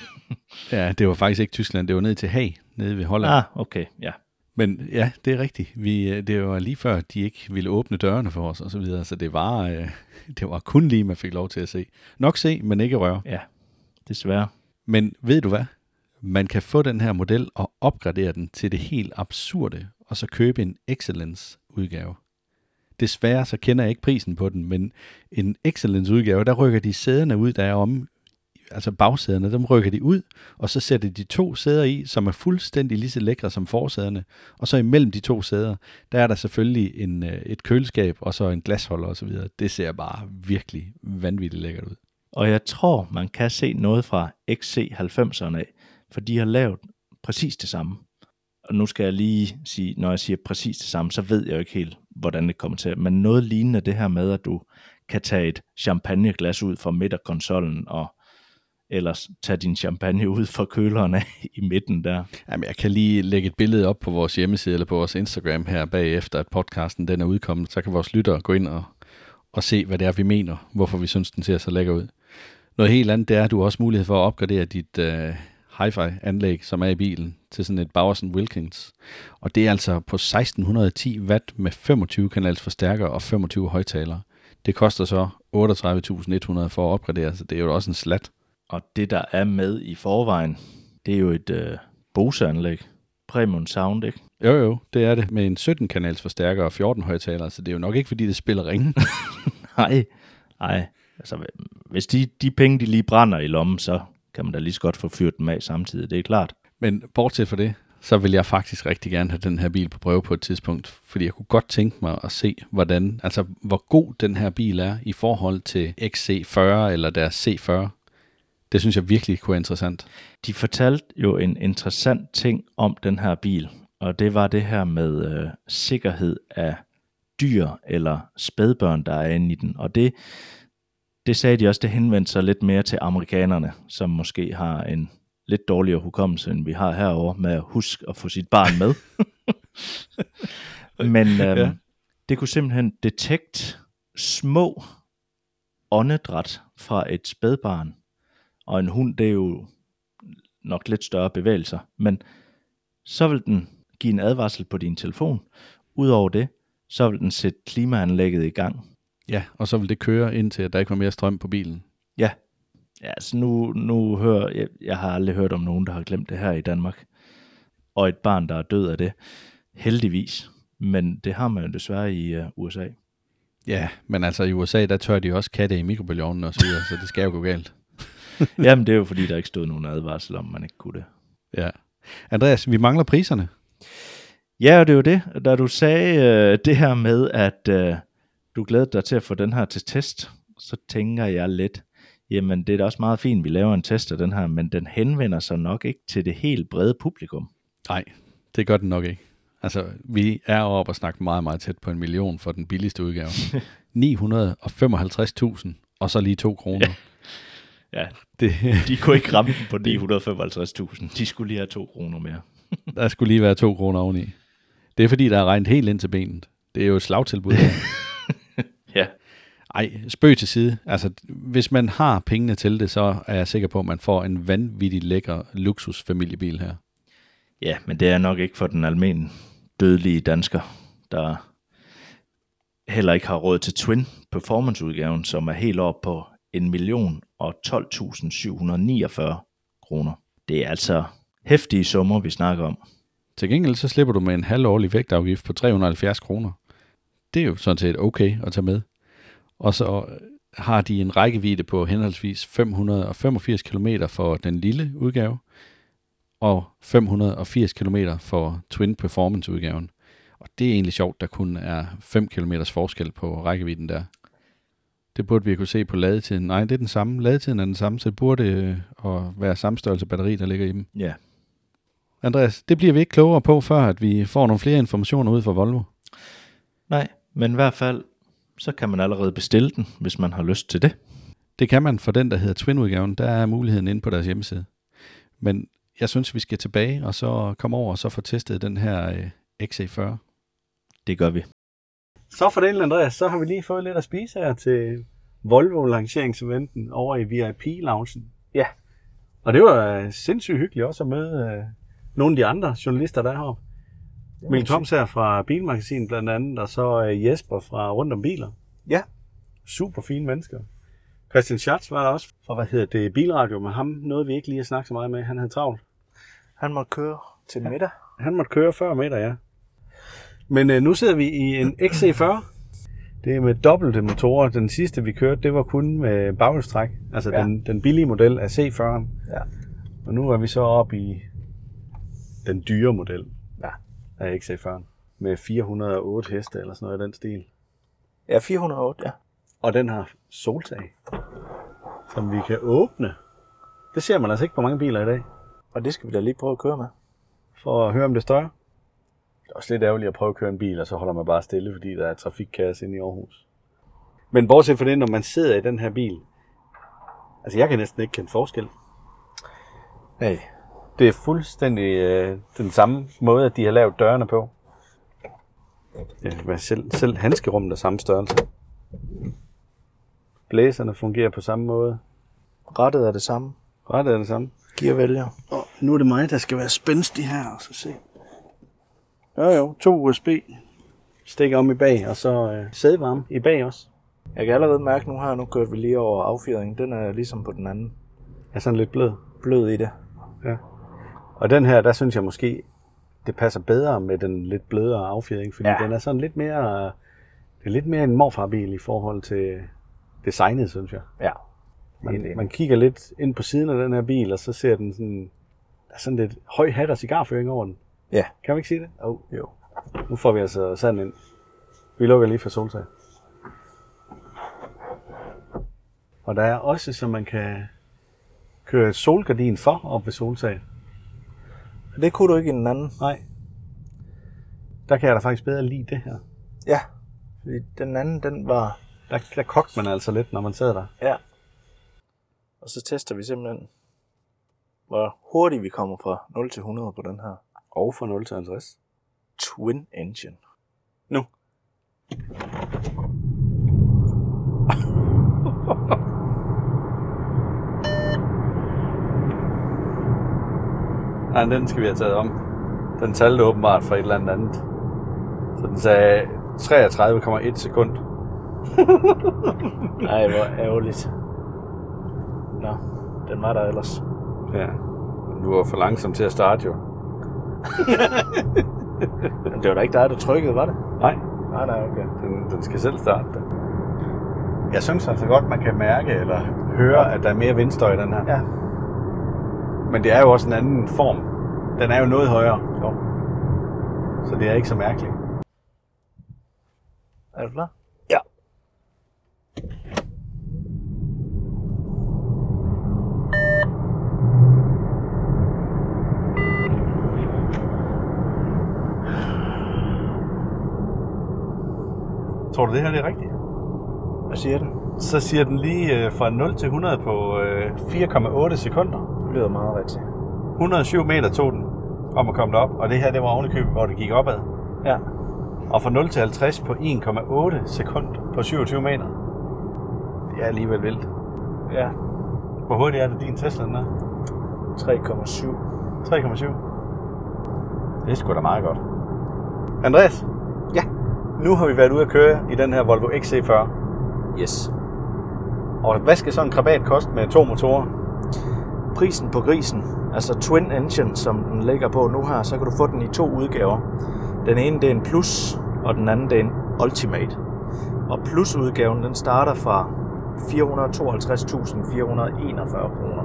Ja, det var faktisk ikke Tyskland, det var ned til Haag, nede ved Holland. Ah, okay, ja. Men ja, det er rigtigt. Vi, det var lige før, de ikke ville åbne dørene for os og så videre, så det var, øh, det var kun lige, man fik lov til at se. Nok se, men ikke røre. Ja, desværre. Men ved du hvad? Man kan få den her model og opgradere den til det helt absurde, og så købe en Excellence-udgave. Desværre så kender jeg ikke prisen på den, men en Excellence-udgave, der rykker de sæderne ud, der er om, altså bagsæderne, dem rykker de ud, og så sætter de to sæder i, som er fuldstændig lige så lækre som forsæderne, og så imellem de to sæder, der er der selvfølgelig en, et køleskab, og så en glasholder osv. Det ser bare virkelig vanvittigt lækkert ud. Og jeg tror, man kan se noget fra X C halvfemserne af, for de har lavet præcis det samme. Og nu skal jeg lige sige, når jeg siger præcis det samme, så ved jeg jo ikke helt, hvordan det kommer til. Men noget lignende det her med, at du kan tage et champagneglas ud fra midterkonsollen, og ellers tage din champagne ud fra køleren af i midten der. Jamen, jeg kan lige lægge et billede op på vores hjemmeside eller på vores Instagram her bagefter, at podcasten den er udkommet. Så kan vores lyttere gå ind og, og se, hvad det er, vi mener, hvorfor vi synes, den ser så lækker ud. Noget helt andet, det er, at du har også mulighed for at opgradere dit uh, hi-fi-anlæg, som er i bilen, til sådan et Bowers and Wilkins. Og det er altså på seksten ti watt med femogtyve kanals forstærker og femogtyve højtalere. Det koster så otteogtredive tusind et hundrede for at opgradere, så det er jo også en slat. Og det, der er med i forvejen, det er jo et øh, Bose-anlæg. Premium sound, ikke? Jo, jo, det er det. Med en sytten kanals forstærker og fjorten højtalere, så det er jo nok ikke, fordi det spiller ringe. Nej, nej. Altså, hvis de, de penge, de lige brænder i lommen, så kan man da lige så godt få fyret dem af samtidig, det er klart. Men bortset fra det, så vil jeg faktisk rigtig gerne have den her bil på prøve på et tidspunkt, fordi jeg kunne godt tænke mig at se, hvordan, altså hvor god den her bil er i forhold til X C fyrre eller deres C fyrre. Det synes jeg virkelig kunne være interessant. De fortalte jo en interessant ting om den her bil, og det var det her med øh, sikkerhed af dyr eller spædbørn, der er inde i den. Og det, det sagde de også, det henvendte sig lidt mere til amerikanerne, som måske har en lidt dårligere hukommelse, end vi har herovre, med at huske at få sit barn med. Men øhm, ja. Det kunne simpelthen detect små åndedræt fra et spædbarn. Og en hund, det er jo nok lidt større bevægelser. Men så vil den give en advarsel på din telefon. Udover det, så vil den sætte klimaanlægget i gang. Ja, og så vil det køre indtil, at der ikke var mere strøm på bilen. Ja, ja så nu, nu hører jeg, jeg har aldrig hørt om nogen, der har glemt det her i Danmark. Og et barn, der er død af det. Heldigvis. Men det har man jo desværre i uh, U S A. Ja, men altså i U S A, der tør de også katte i mikrobølgeovnen og så videre, så det skal jo gå galt. Jamen, det er jo fordi, der ikke stod nogen advarsel om, man ikke kunne det. Ja. Andreas, vi mangler priserne. Ja, og det er jo det. Da du sagde øh, det her med, at øh, du glæder dig til at få den her til test, så tænker jeg lidt, jamen det er da også meget fint, vi laver en test af den her, men den henvender sig nok ikke til det helt brede publikum. Nej, det gør den nok ikke. Altså, vi er oppe og snakke meget, meget tæt på en million for den billigste udgave. ni hundrede og femoghalvtreds tusind, og så lige to kroner. Ja, ja det, de kunne ikke ramme den på ni hundrede og femoghalvtreds tusind. De skulle lige have to kroner mere. Der skulle lige være to kroner oveni. Det er fordi, der er regnet helt ind til benet. Det er jo et slagtilbud. Ja. Ej, spøg til side. Altså, hvis man har pengene til det, så er jeg sikker på, at man får en vanvittig lækker luksusfamiliebil her. Ja, men det er nok ikke for den almindelige dødelige dansker, der heller ikke har råd til Twin Performance-udgaven, som er helt op på en million og tolv tusind syv hundrede og niogfyrre kroner. Det er altså heftige summer, vi snakker om. Til gengæld så slipper du med en halvårlig vægtafgift på tre hundrede og halvfjerds kroner. Det er jo sådan set okay at tage med. Og så har de en rækkevidde på henholdsvis fem hundrede og femogfirs kilometer for den lille udgave, og fem hundrede og firs kilometer for Twin Performance-udgaven. Og det er egentlig sjovt, der kun er fem kilometers forskel på rækkevidden der. Det burde vi kunne se på ladetiden. Nej, det er den samme. Ladetiden er den samme, så det burde øh, være samme størrelse batteri, der ligger i dem. Ja. Andreas, det bliver vi ikke klogere på, før at vi får nogle flere informationer ud fra Volvo. Nej, men i hvert fald, så kan man allerede bestille den, hvis man har lyst til det. Det kan man for den, der hedder Twin-udgaven. Der er muligheden inde på deres hjemmeside. Men jeg synes, vi skal tilbage og så komme over og så få testet den her øh, X C fyrre. Det gør vi. Så for det, Andreas, så har vi lige fået lidt at spise her til Volvo-lanceringseventen over i V I P-loungen. Ja, og det var sindssygt hyggeligt også at møde øh, nogle af de andre journalister, der er heroppe. Mikkel Toms her fra Bilmagasinet blandt andet, og så øh, Jesper fra Rundt om Biler. Ja. Super fine mennesker. Christian Schatz var der også fra, hvad hedder det, Bilradio, med ham nåede vi ikke lige at snakke så meget med. Han havde travlt. Han måtte køre til middag. Han måtte køre før middag, ja. Men øh, nu sidder vi i en X C fyrre. Det er med dobbelte motorer. Den sidste vi kørte, det var kun med baghjulstræk. Altså ja. den, den billige model af C fyrre. Ja. Og nu er vi så oppe i den dyre model ja. af X C fyrre. Med fire hundrede og otte heste eller sådan noget i den stil. Ja, fire hundrede og otte, ja. Og den har soltag, som vi kan åbne. Det ser man altså ikke på mange biler i dag. Og det skal vi da lige prøve at køre med. For at høre, om det større. Det er også lidt ærgerligt at prøve at køre en bil, og så holder man bare stille, fordi der er trafikkaos inde i Aarhus. Men bortset fra det, når man sidder i den her bil, altså jeg kan næsten ikke kende forskel. Nej. Det er fuldstændig øh, den samme måde, at de har lavet dørene på. Ja, selv, selv handskerummet er samme størrelse. Blæserne fungerer på samme måde. Rettet er det samme. Rettet er det samme. Gearvælger. Og Nu er det mig, der skal være spændstig her, og så se. Jo jo, to U S B stikker om i bag, og så øh, sædevarme i bag også. Jeg kan allerede mærke nu her, nu kører vi lige over affjedringen. Den er ligesom på den anden. Er sådan lidt blød. Blød i det. Ja. Og den her, der synes jeg måske, det passer bedre med den lidt blødere affjedring, fordi ja. Den er sådan lidt mere, det er lidt mere en morfarbil i forhold til designet, synes jeg. Ja. Man, man kigger lidt ind på siden af den her bil, og så ser den sådan, der er sådan lidt høj hat og cigarføring over den. Ja. Kan vi ikke sige det? Oh, jo. Nu får vi altså sand ind. Vi lukker lige for soltag. Og der er også, så man kan køre et solgardin for op ved soltag. Det kunne du ikke i den anden. Nej. Der kan jeg da faktisk bedre lide det her. Ja, fordi den anden, den var... Der, der kogte man altså lidt, når man sad der. Ja. Og så tester vi simpelthen, hvor hurtigt vi kommer fra nul til hundrede på den her. Og fra nul til halvtreds. Twin engine. Nu. Nej, den skal vi have taget om. Den talte åbenbart fra et eller andet andet. Så den sagde treogtredive komma et sekund. Nej, hvor ærgerligt. Nå, den var der ellers. Ja, du var for langsom til at starte jo. Men det var da ikke dig, der trykkede, var det? Nej. Nej, nej, okay. Den, den skal selv starte det. Jeg synes altså godt, man kan mærke eller høre, at der er mere vindstøj i den her. Ja. Men det er jo også en anden form. Den er jo noget højere. Jo. Så det er ikke så mærkeligt. Er du klar? Ja. Tror du, det her det er rigtigt? Hvad siger den? Så siger den lige øh, fra nul til hundrede på øh, fire komma otte sekunder. Det lyder meget rigtigt. et hundrede og syv meter tog den om at komme derop, og det her det var ovenikøbet, hvor det gik opad. Ja. Og fra nul til halvtreds på en komma otte sekunder på syvogtyve meter. Det er alligevel vildt. Ja. Hvor hurtigt er det din Tesla, den er? tre komma syv. tre komma syv. Det er sgu da meget godt. Andreas? Ja. Nu har vi været ude at køre i den her Volvo X C fyrre. Yes. Og hvad skal sådan en krabat koste med to motorer? Prisen på grisen, altså Twin Engine, som den ligger på nu her, så kan du få den i to udgaver. Den ene det er en Plus, og den anden det er en Ultimate. Og Plus-udgaven, den starter fra fire hundrede og tooghalvtreds tusind fire hundrede og enogfyrre kroner.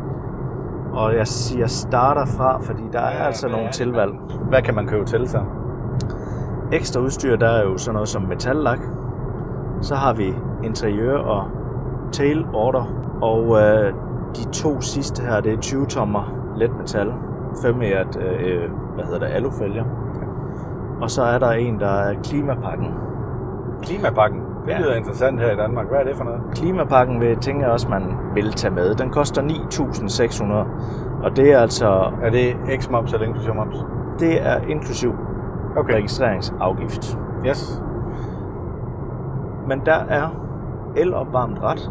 Og jeg siger starter fra, fordi der er ja, altså nogle tilvalg. Hvad kan man købe til så? Ekstra udstyr, der er jo sådan noget som metallak. Så har vi interiør og tail order. Og øh, de to sidste her, det er tyve tommer let metal. fem æret, øh, hvad hedder det, alufælger. Og så er der en, der er klimapakken. Klimapakken? Det ja. lyder interessant her i Danmark. Hvad er det for noget? Klimapakken vil, tænker jeg også, man vil tage med. Den koster ni tusind seks hundrede. Og det er altså... Er det X-moms eller inklusiv moms? Det er inklusiv okay. registreringsafgift. Yes. Men der er elopvarmet rat,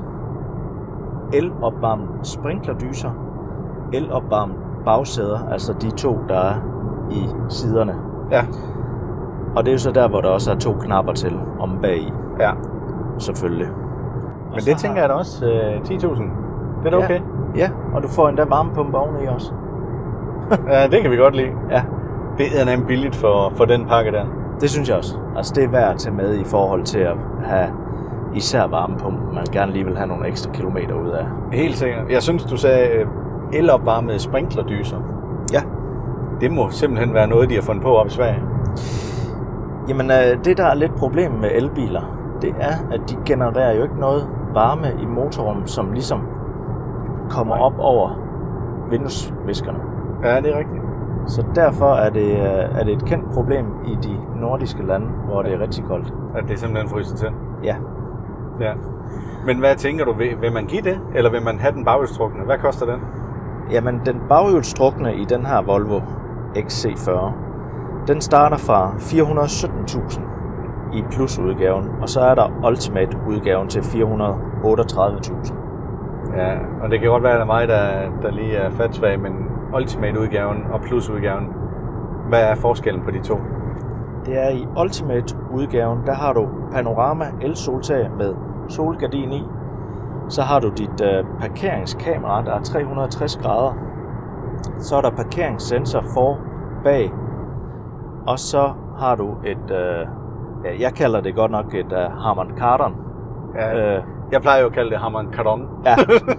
elopvarmet sprinklerdyser, elopvarmet bagsæder, altså de to, der er i siderne. Ja. Og det er jo så der, hvor der også er to knapper til om bagi. Ja. Selvfølgelig. Men det tænker har... jeg da også øh, ti tusind. Det er da ja. okay. Ja, og du får endda varmepumpe oveni også. Ja, det kan vi godt lide. Ja. Det er nemlig billigt for, for den pakke der. Det synes jeg også. Altså det er værd at tage med i forhold til at have især varmepumpen. Man gerne lige vil have nogle ekstra kilometer ud af. Helt sikkert. Jeg synes, du sagde øh, elopvarmede sprinklerdyser. Ja. Det må simpelthen være noget, de har fundet på op i Sverige. Jamen, øh, det der er lidt problem med elbiler, det er, at de genererer jo ikke noget varme i motoren, som ligesom kommer op over vinduesviskerne. Ja, det er rigtigt. Så derfor er det, er det et kendt problem i de nordiske lande, hvor det er rigtig koldt. At det simpelthen fryser til? Ja. Ja. Men hvad tænker du, vil, vil man give det, eller vil man have den baghjulstrukne? Hvad koster den? Jamen, den baghjulstrukne i den her Volvo X C fyrre, den starter fra fire hundrede og sytten tusind i Plus-udgaven, og så er der Ultimate-udgaven til fire hundrede og otteogtredive tusind. Ja, og det kan godt være, at der er mig, der, der lige er fatsvag, men Ultimate-udgaven og Plus-udgaven. Hvad er forskellen på de to? Det er i Ultimate-udgaven, der har du panorama el-soltag med solgardin i. Så har du dit øh, parkeringskamera, der er tre hundrede og tres grader. Så er der parkeringssensor for, bag. Og så har du et, øh, ja, jeg kalder det godt nok et uh, Harman Kardon. Ja, øh, jeg plejer jo at kalde det Harman Kardon. Ja.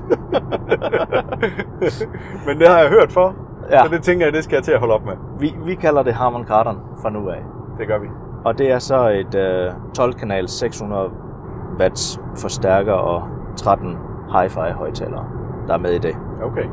Men det har jeg hørt for, ja. Så det tænker jeg, det skal jeg til at holde op med. Vi, vi kalder det Harman Kardon fra nu af. Det gør vi. Og det er så et øh, tolv kanal seks hundrede watts forstærker og tretten hi-fi højttalere, der er med i det. Okay.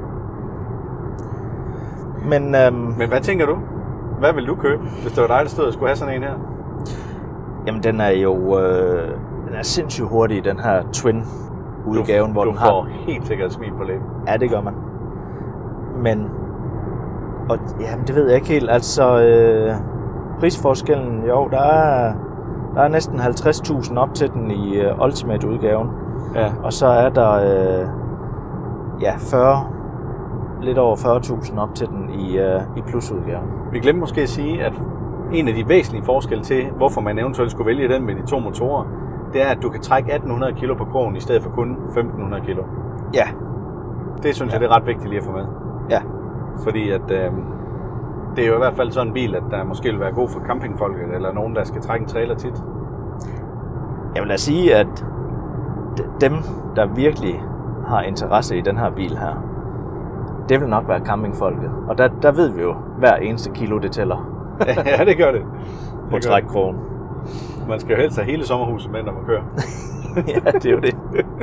Men, øhm, Men hvad tænker du? Hvad vil du købe, hvis det var dig, der stod og skulle have sådan en her? Jamen, den er jo øh, den er sindssygt hurtig, den her Twin-udgaven, du, hvor du den får har... helt sikkert et smil på læben. Ja, det gør man. Men, og jamen, det ved jeg ikke helt. Altså, øh, prisforskellen, jo, der er, der er næsten halvtreds tusind op til den i øh, Ultimate-udgaven. Ja. Og så er der øh, ja, fyrre, lidt over fyrre tusind op til den i, øh, i Plus-udgaven. Vi glemte måske at sige, at en af de væsentlige forskelle til, hvorfor man eventuelt skulle vælge den med de to motorer, det er, at du kan trække atten hundrede kilo på krogen i stedet for kun femten hundrede kilo. Ja. Det synes ja. jeg, det er ret vigtigt lige at få med. Ja. Fordi at, øh, det er jo i hvert fald sådan en bil, at der måske vil være god for campingfolket, eller nogen, der skal trække en trailer tit. Jeg vil da sige, at dem, der virkelig har interesse i den her bil her, det vil nok være campingfolket. Og der, der ved vi jo, hver eneste kilo det tæller. Ja, det gør det. På trækkrogen. Man skal jo helst have hele sommerhuset med, når man kører. Ja, det er jo det.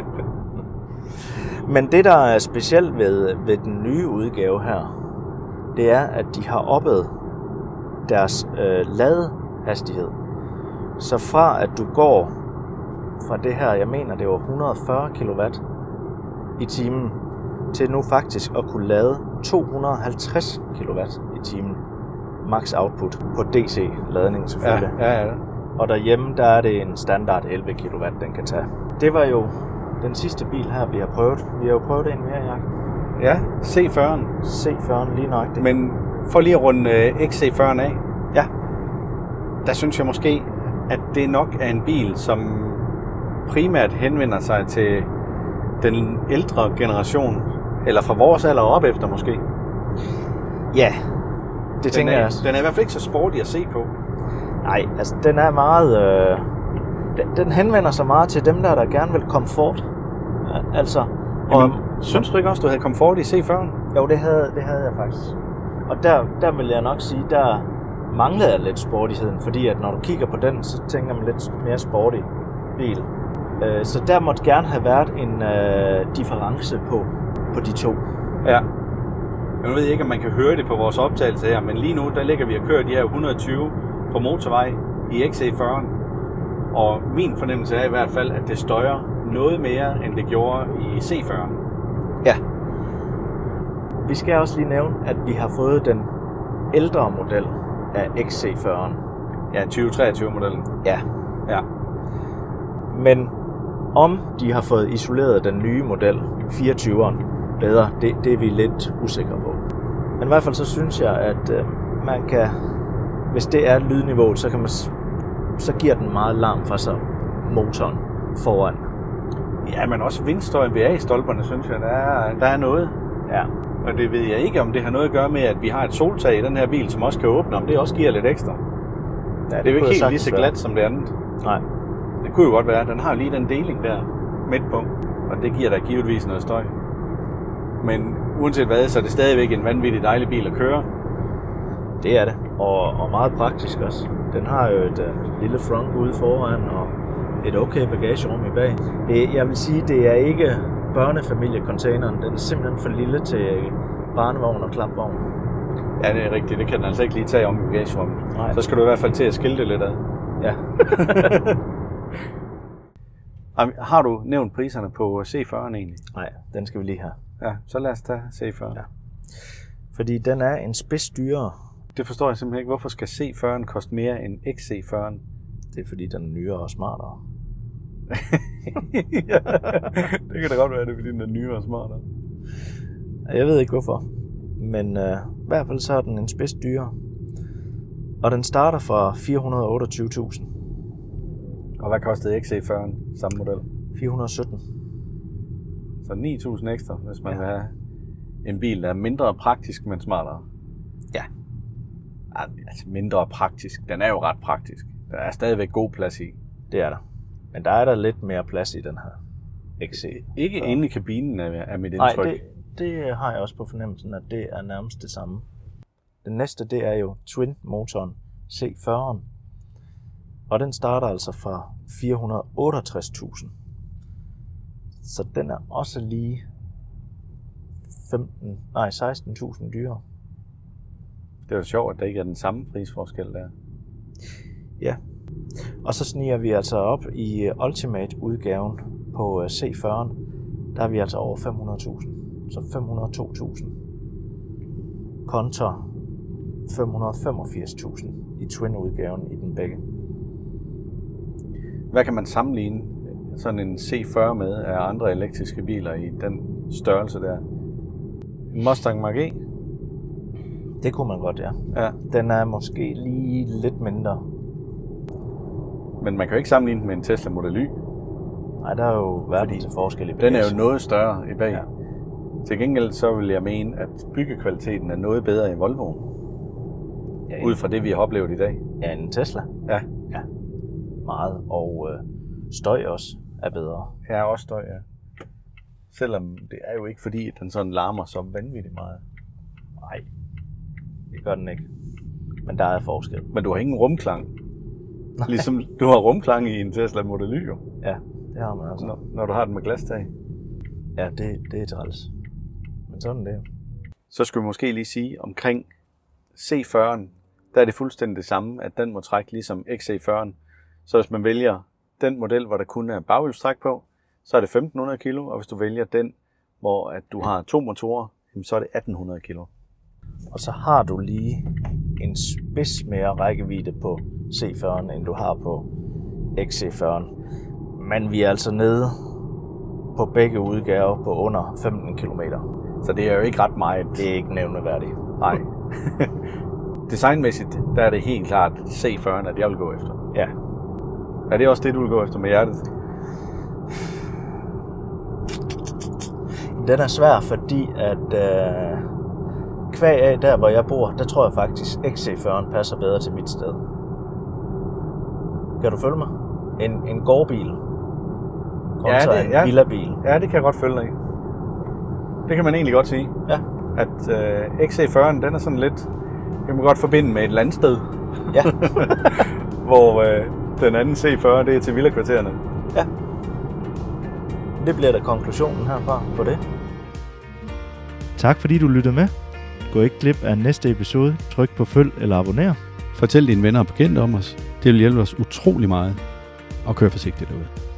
Men det, der er specielt ved, ved den nye udgave her, det er, at de har oppet deres øh, ladehastighed. Så fra at du går fra det her, jeg mener det var et hundrede og fyrre kilowatt i timen, til nu faktisk at kunne lade to hundrede og halvtreds kilowatt i timen. Max output på D C-ladning selvfølgelig. Ja, ja, ja. Og derhjemme, der er det en standard elleve kilowatt, den kan tage. Det var jo den sidste bil her, vi har prøvet. Vi har jo prøvet en mere, Jakob. Ja, C fyrre. C fyrre lige nøjagtigt. Men for lige at runde X C fyrre af, ja, der synes jeg måske, at det nok er en bil, som primært henvender sig til den ældre generation, eller fra vores alder op efter måske. Ja, det den tænker er, jeg også. Den er i hvert fald ikke så sporty at se på. Nej, altså den er meget... Øh, den, den henvender sig meget til dem, der, der gerne vil komfort. Altså... Jamen, og, synes du ikke også, du havde komfort i C fyrre? Jo, det havde, det havde jeg faktisk. Og der, der vil jeg nok sige, der manglede jeg lidt sportigheden, fordi at når du kigger på den, så tænker man lidt mere sporty bil. Øh, så der måtte gerne have været en øh, difference på, på de to. Ja. Jeg ved ikke, om man kan høre det på vores optagelse her, men lige nu, der ligger vi og kører de her et hundrede og tyve på motorvej i X C fyrre. Og min fornemmelse er i hvert fald, at det støjer noget mere, end det gjorde i C fyrre. Ja. Vi skal også lige nævne, at vi har fået den ældre model af X C fyrre. Ja, tyve treogtyve-modellen. Ja. Ja. Men om de har fået isoleret den nye model, fireogtyveren, bedre, det, det er vi lidt usikre på. Men i hvert fald så synes jeg, at øh, man kan, hvis det er lydniveauet, så kan man, så giver den meget larm fra sig motoren foran. Ja, men også vindstøjen ved A-stolperne, synes jeg, der er, der er noget. Ja. Og det ved jeg ikke, om det har noget at gøre med, at vi har et soltag i den her bil, som også kan åbne, om det også giver lidt ekstra. Ja, det, det er jo ikke helt lige så glat være. Som det andet. Nej. Det kunne jo godt være. Den har lige den deling der midt på, og det giver da givetvis noget støj. Men uanset hvad, så er det stadigvæk en vanvittig dejlig bil at køre. Det er det, og, og meget praktisk også. Den har jo et uh, lille front ude foran, og et okay bagagerum i bag. Det, jeg vil sige, det er ikke børnefamiliecontaineren. Den er simpelthen for lille til barnevogn og klapvogn. Ja, det er rigtigt. Det kan den altså ikke lige tage om i bagagerummet. Så skal du i hvert fald til at skille det lidt ad. Ja. Har du nævnt priserne på C fyrre egentlig? Nej, den skal vi lige have. Ja, så lad os tage C fyrre. Ja. Fordi den er en spids dyrere. Det forstår jeg simpelthen ikke. Hvorfor skal C fyrre koste mere end X C fyrre? Det er fordi, den er nyere og smartere. Ja, det kan da godt være, det er fordi, den er nyere og smartere. Jeg ved ikke hvorfor. men øh, i hvert fald så er den en spids dyrere. Og den starter fra fire hundrede og otteogtyve tusind. Og hvad kostede X C fyrre samme model? fire hundrede og sytten. Så ni tusind ekstra, hvis man Ja. vil have en bil, der er mindre praktisk, men smartere. Ja. Altså mindre praktisk. Den er jo ret praktisk. Der er stadigvæk god plads i. Det er der. Men der er der lidt mere plads i den her X C. Ikke Så- inde i kabinen er, er mit Nej, indtryk. det, det har jeg også på fornemmelsen, at det er nærmest det samme. Den næste, det er jo Twin-motoren C fyrre. Og den starter altså fra fire hundrede og otteogtres tusind. Så den er også lige femten, nej, seksten tusind dyrere. Det er jo sjovt, at der ikke er den samme prisforskel der. Ja. Og så sniger vi altså op i Ultimate-udgaven på C fyrre. Der er vi altså over fem hundrede tusind. Så fem hundrede og to tusind. Kontra fem hundrede og femogfirs tusind i Twin-udgaven i den begge. Hvad kan man sammenligne sådan en C fyrre med af andre elektriske biler i den størrelse der? En Mustang Mach-E? Det kunne man godt, ja. Ja. Den er måske lige lidt mindre. Men man kan jo ikke sammenligne den med en Tesla Model Y. Nej, der er jo verden Fordi til forskel i Den er bagage. jo noget større i bag. Ja. Ja. Til gengæld så vil jeg mene, at byggekvaliteten er noget bedre i Volvoen. Ja, Ud fra det, vi har oplevet i dag. Ja, en Tesla. Ja. Ja. Meget. Og øh, støj også er bedre. Ja, også støj, ja. Selvom det er jo ikke fordi, at den sådan larmer så vanvittigt meget. Nej, det gør den ikke. Men der er forskel. Men du har ingen rumklang. Ligesom du har rumklang i en Tesla Model Y, jo. Ja, det har man altså. Når, når du har den med glastag. Ja, det, det er træls. Men sådan er det jo. Så skulle vi måske lige sige, omkring C fyrre, der er det fuldstændig det samme, at den må trække ligesom X C fyrre. Så hvis man vælger den model, hvor der kun er baghjulstræk på, så er det femten hundrede kilo, og hvis du vælger den, hvor at du har to motorer, så er det atten hundrede kilo. Og så har du lige en spids mere rækkevidde på C fyrre, end du har på X C fyrre. Men vi er altså nede på begge udgaver på under femten kilometer. Så det er jo ikke ret meget. Det er ikke nævneværdigt. Nej. Designmæssigt, der er det helt klart C fyrre, at jeg vil gå efter. Ja. Er det også det, du vil gå efter med hjertet? Den er svær, fordi at øh, kvæg af der, hvor jeg bor, der tror jeg faktisk, X C fyrre passer bedre til mit sted. Kan du følge mig? En, en gårdbil kontra Ja, det- en ja. villabil. Ja, det kan jeg godt følge dig i. Det kan man egentlig godt sige. Ja. At øh, X C fyrre, den er sådan lidt, det kan man godt forbinde med et landsted. Ja. Hvor øh, den anden C fyrre, det er til villakvartererne. Ja. Det bliver da konklusionen herfra på det. Tak fordi du lyttede med. Gå ikke glip af næste episode. Tryk på følg eller abonner. Fortæl dine venner og bekendte om os. Det vil hjælpe os utrolig meget. Og kør forsigtigt derude.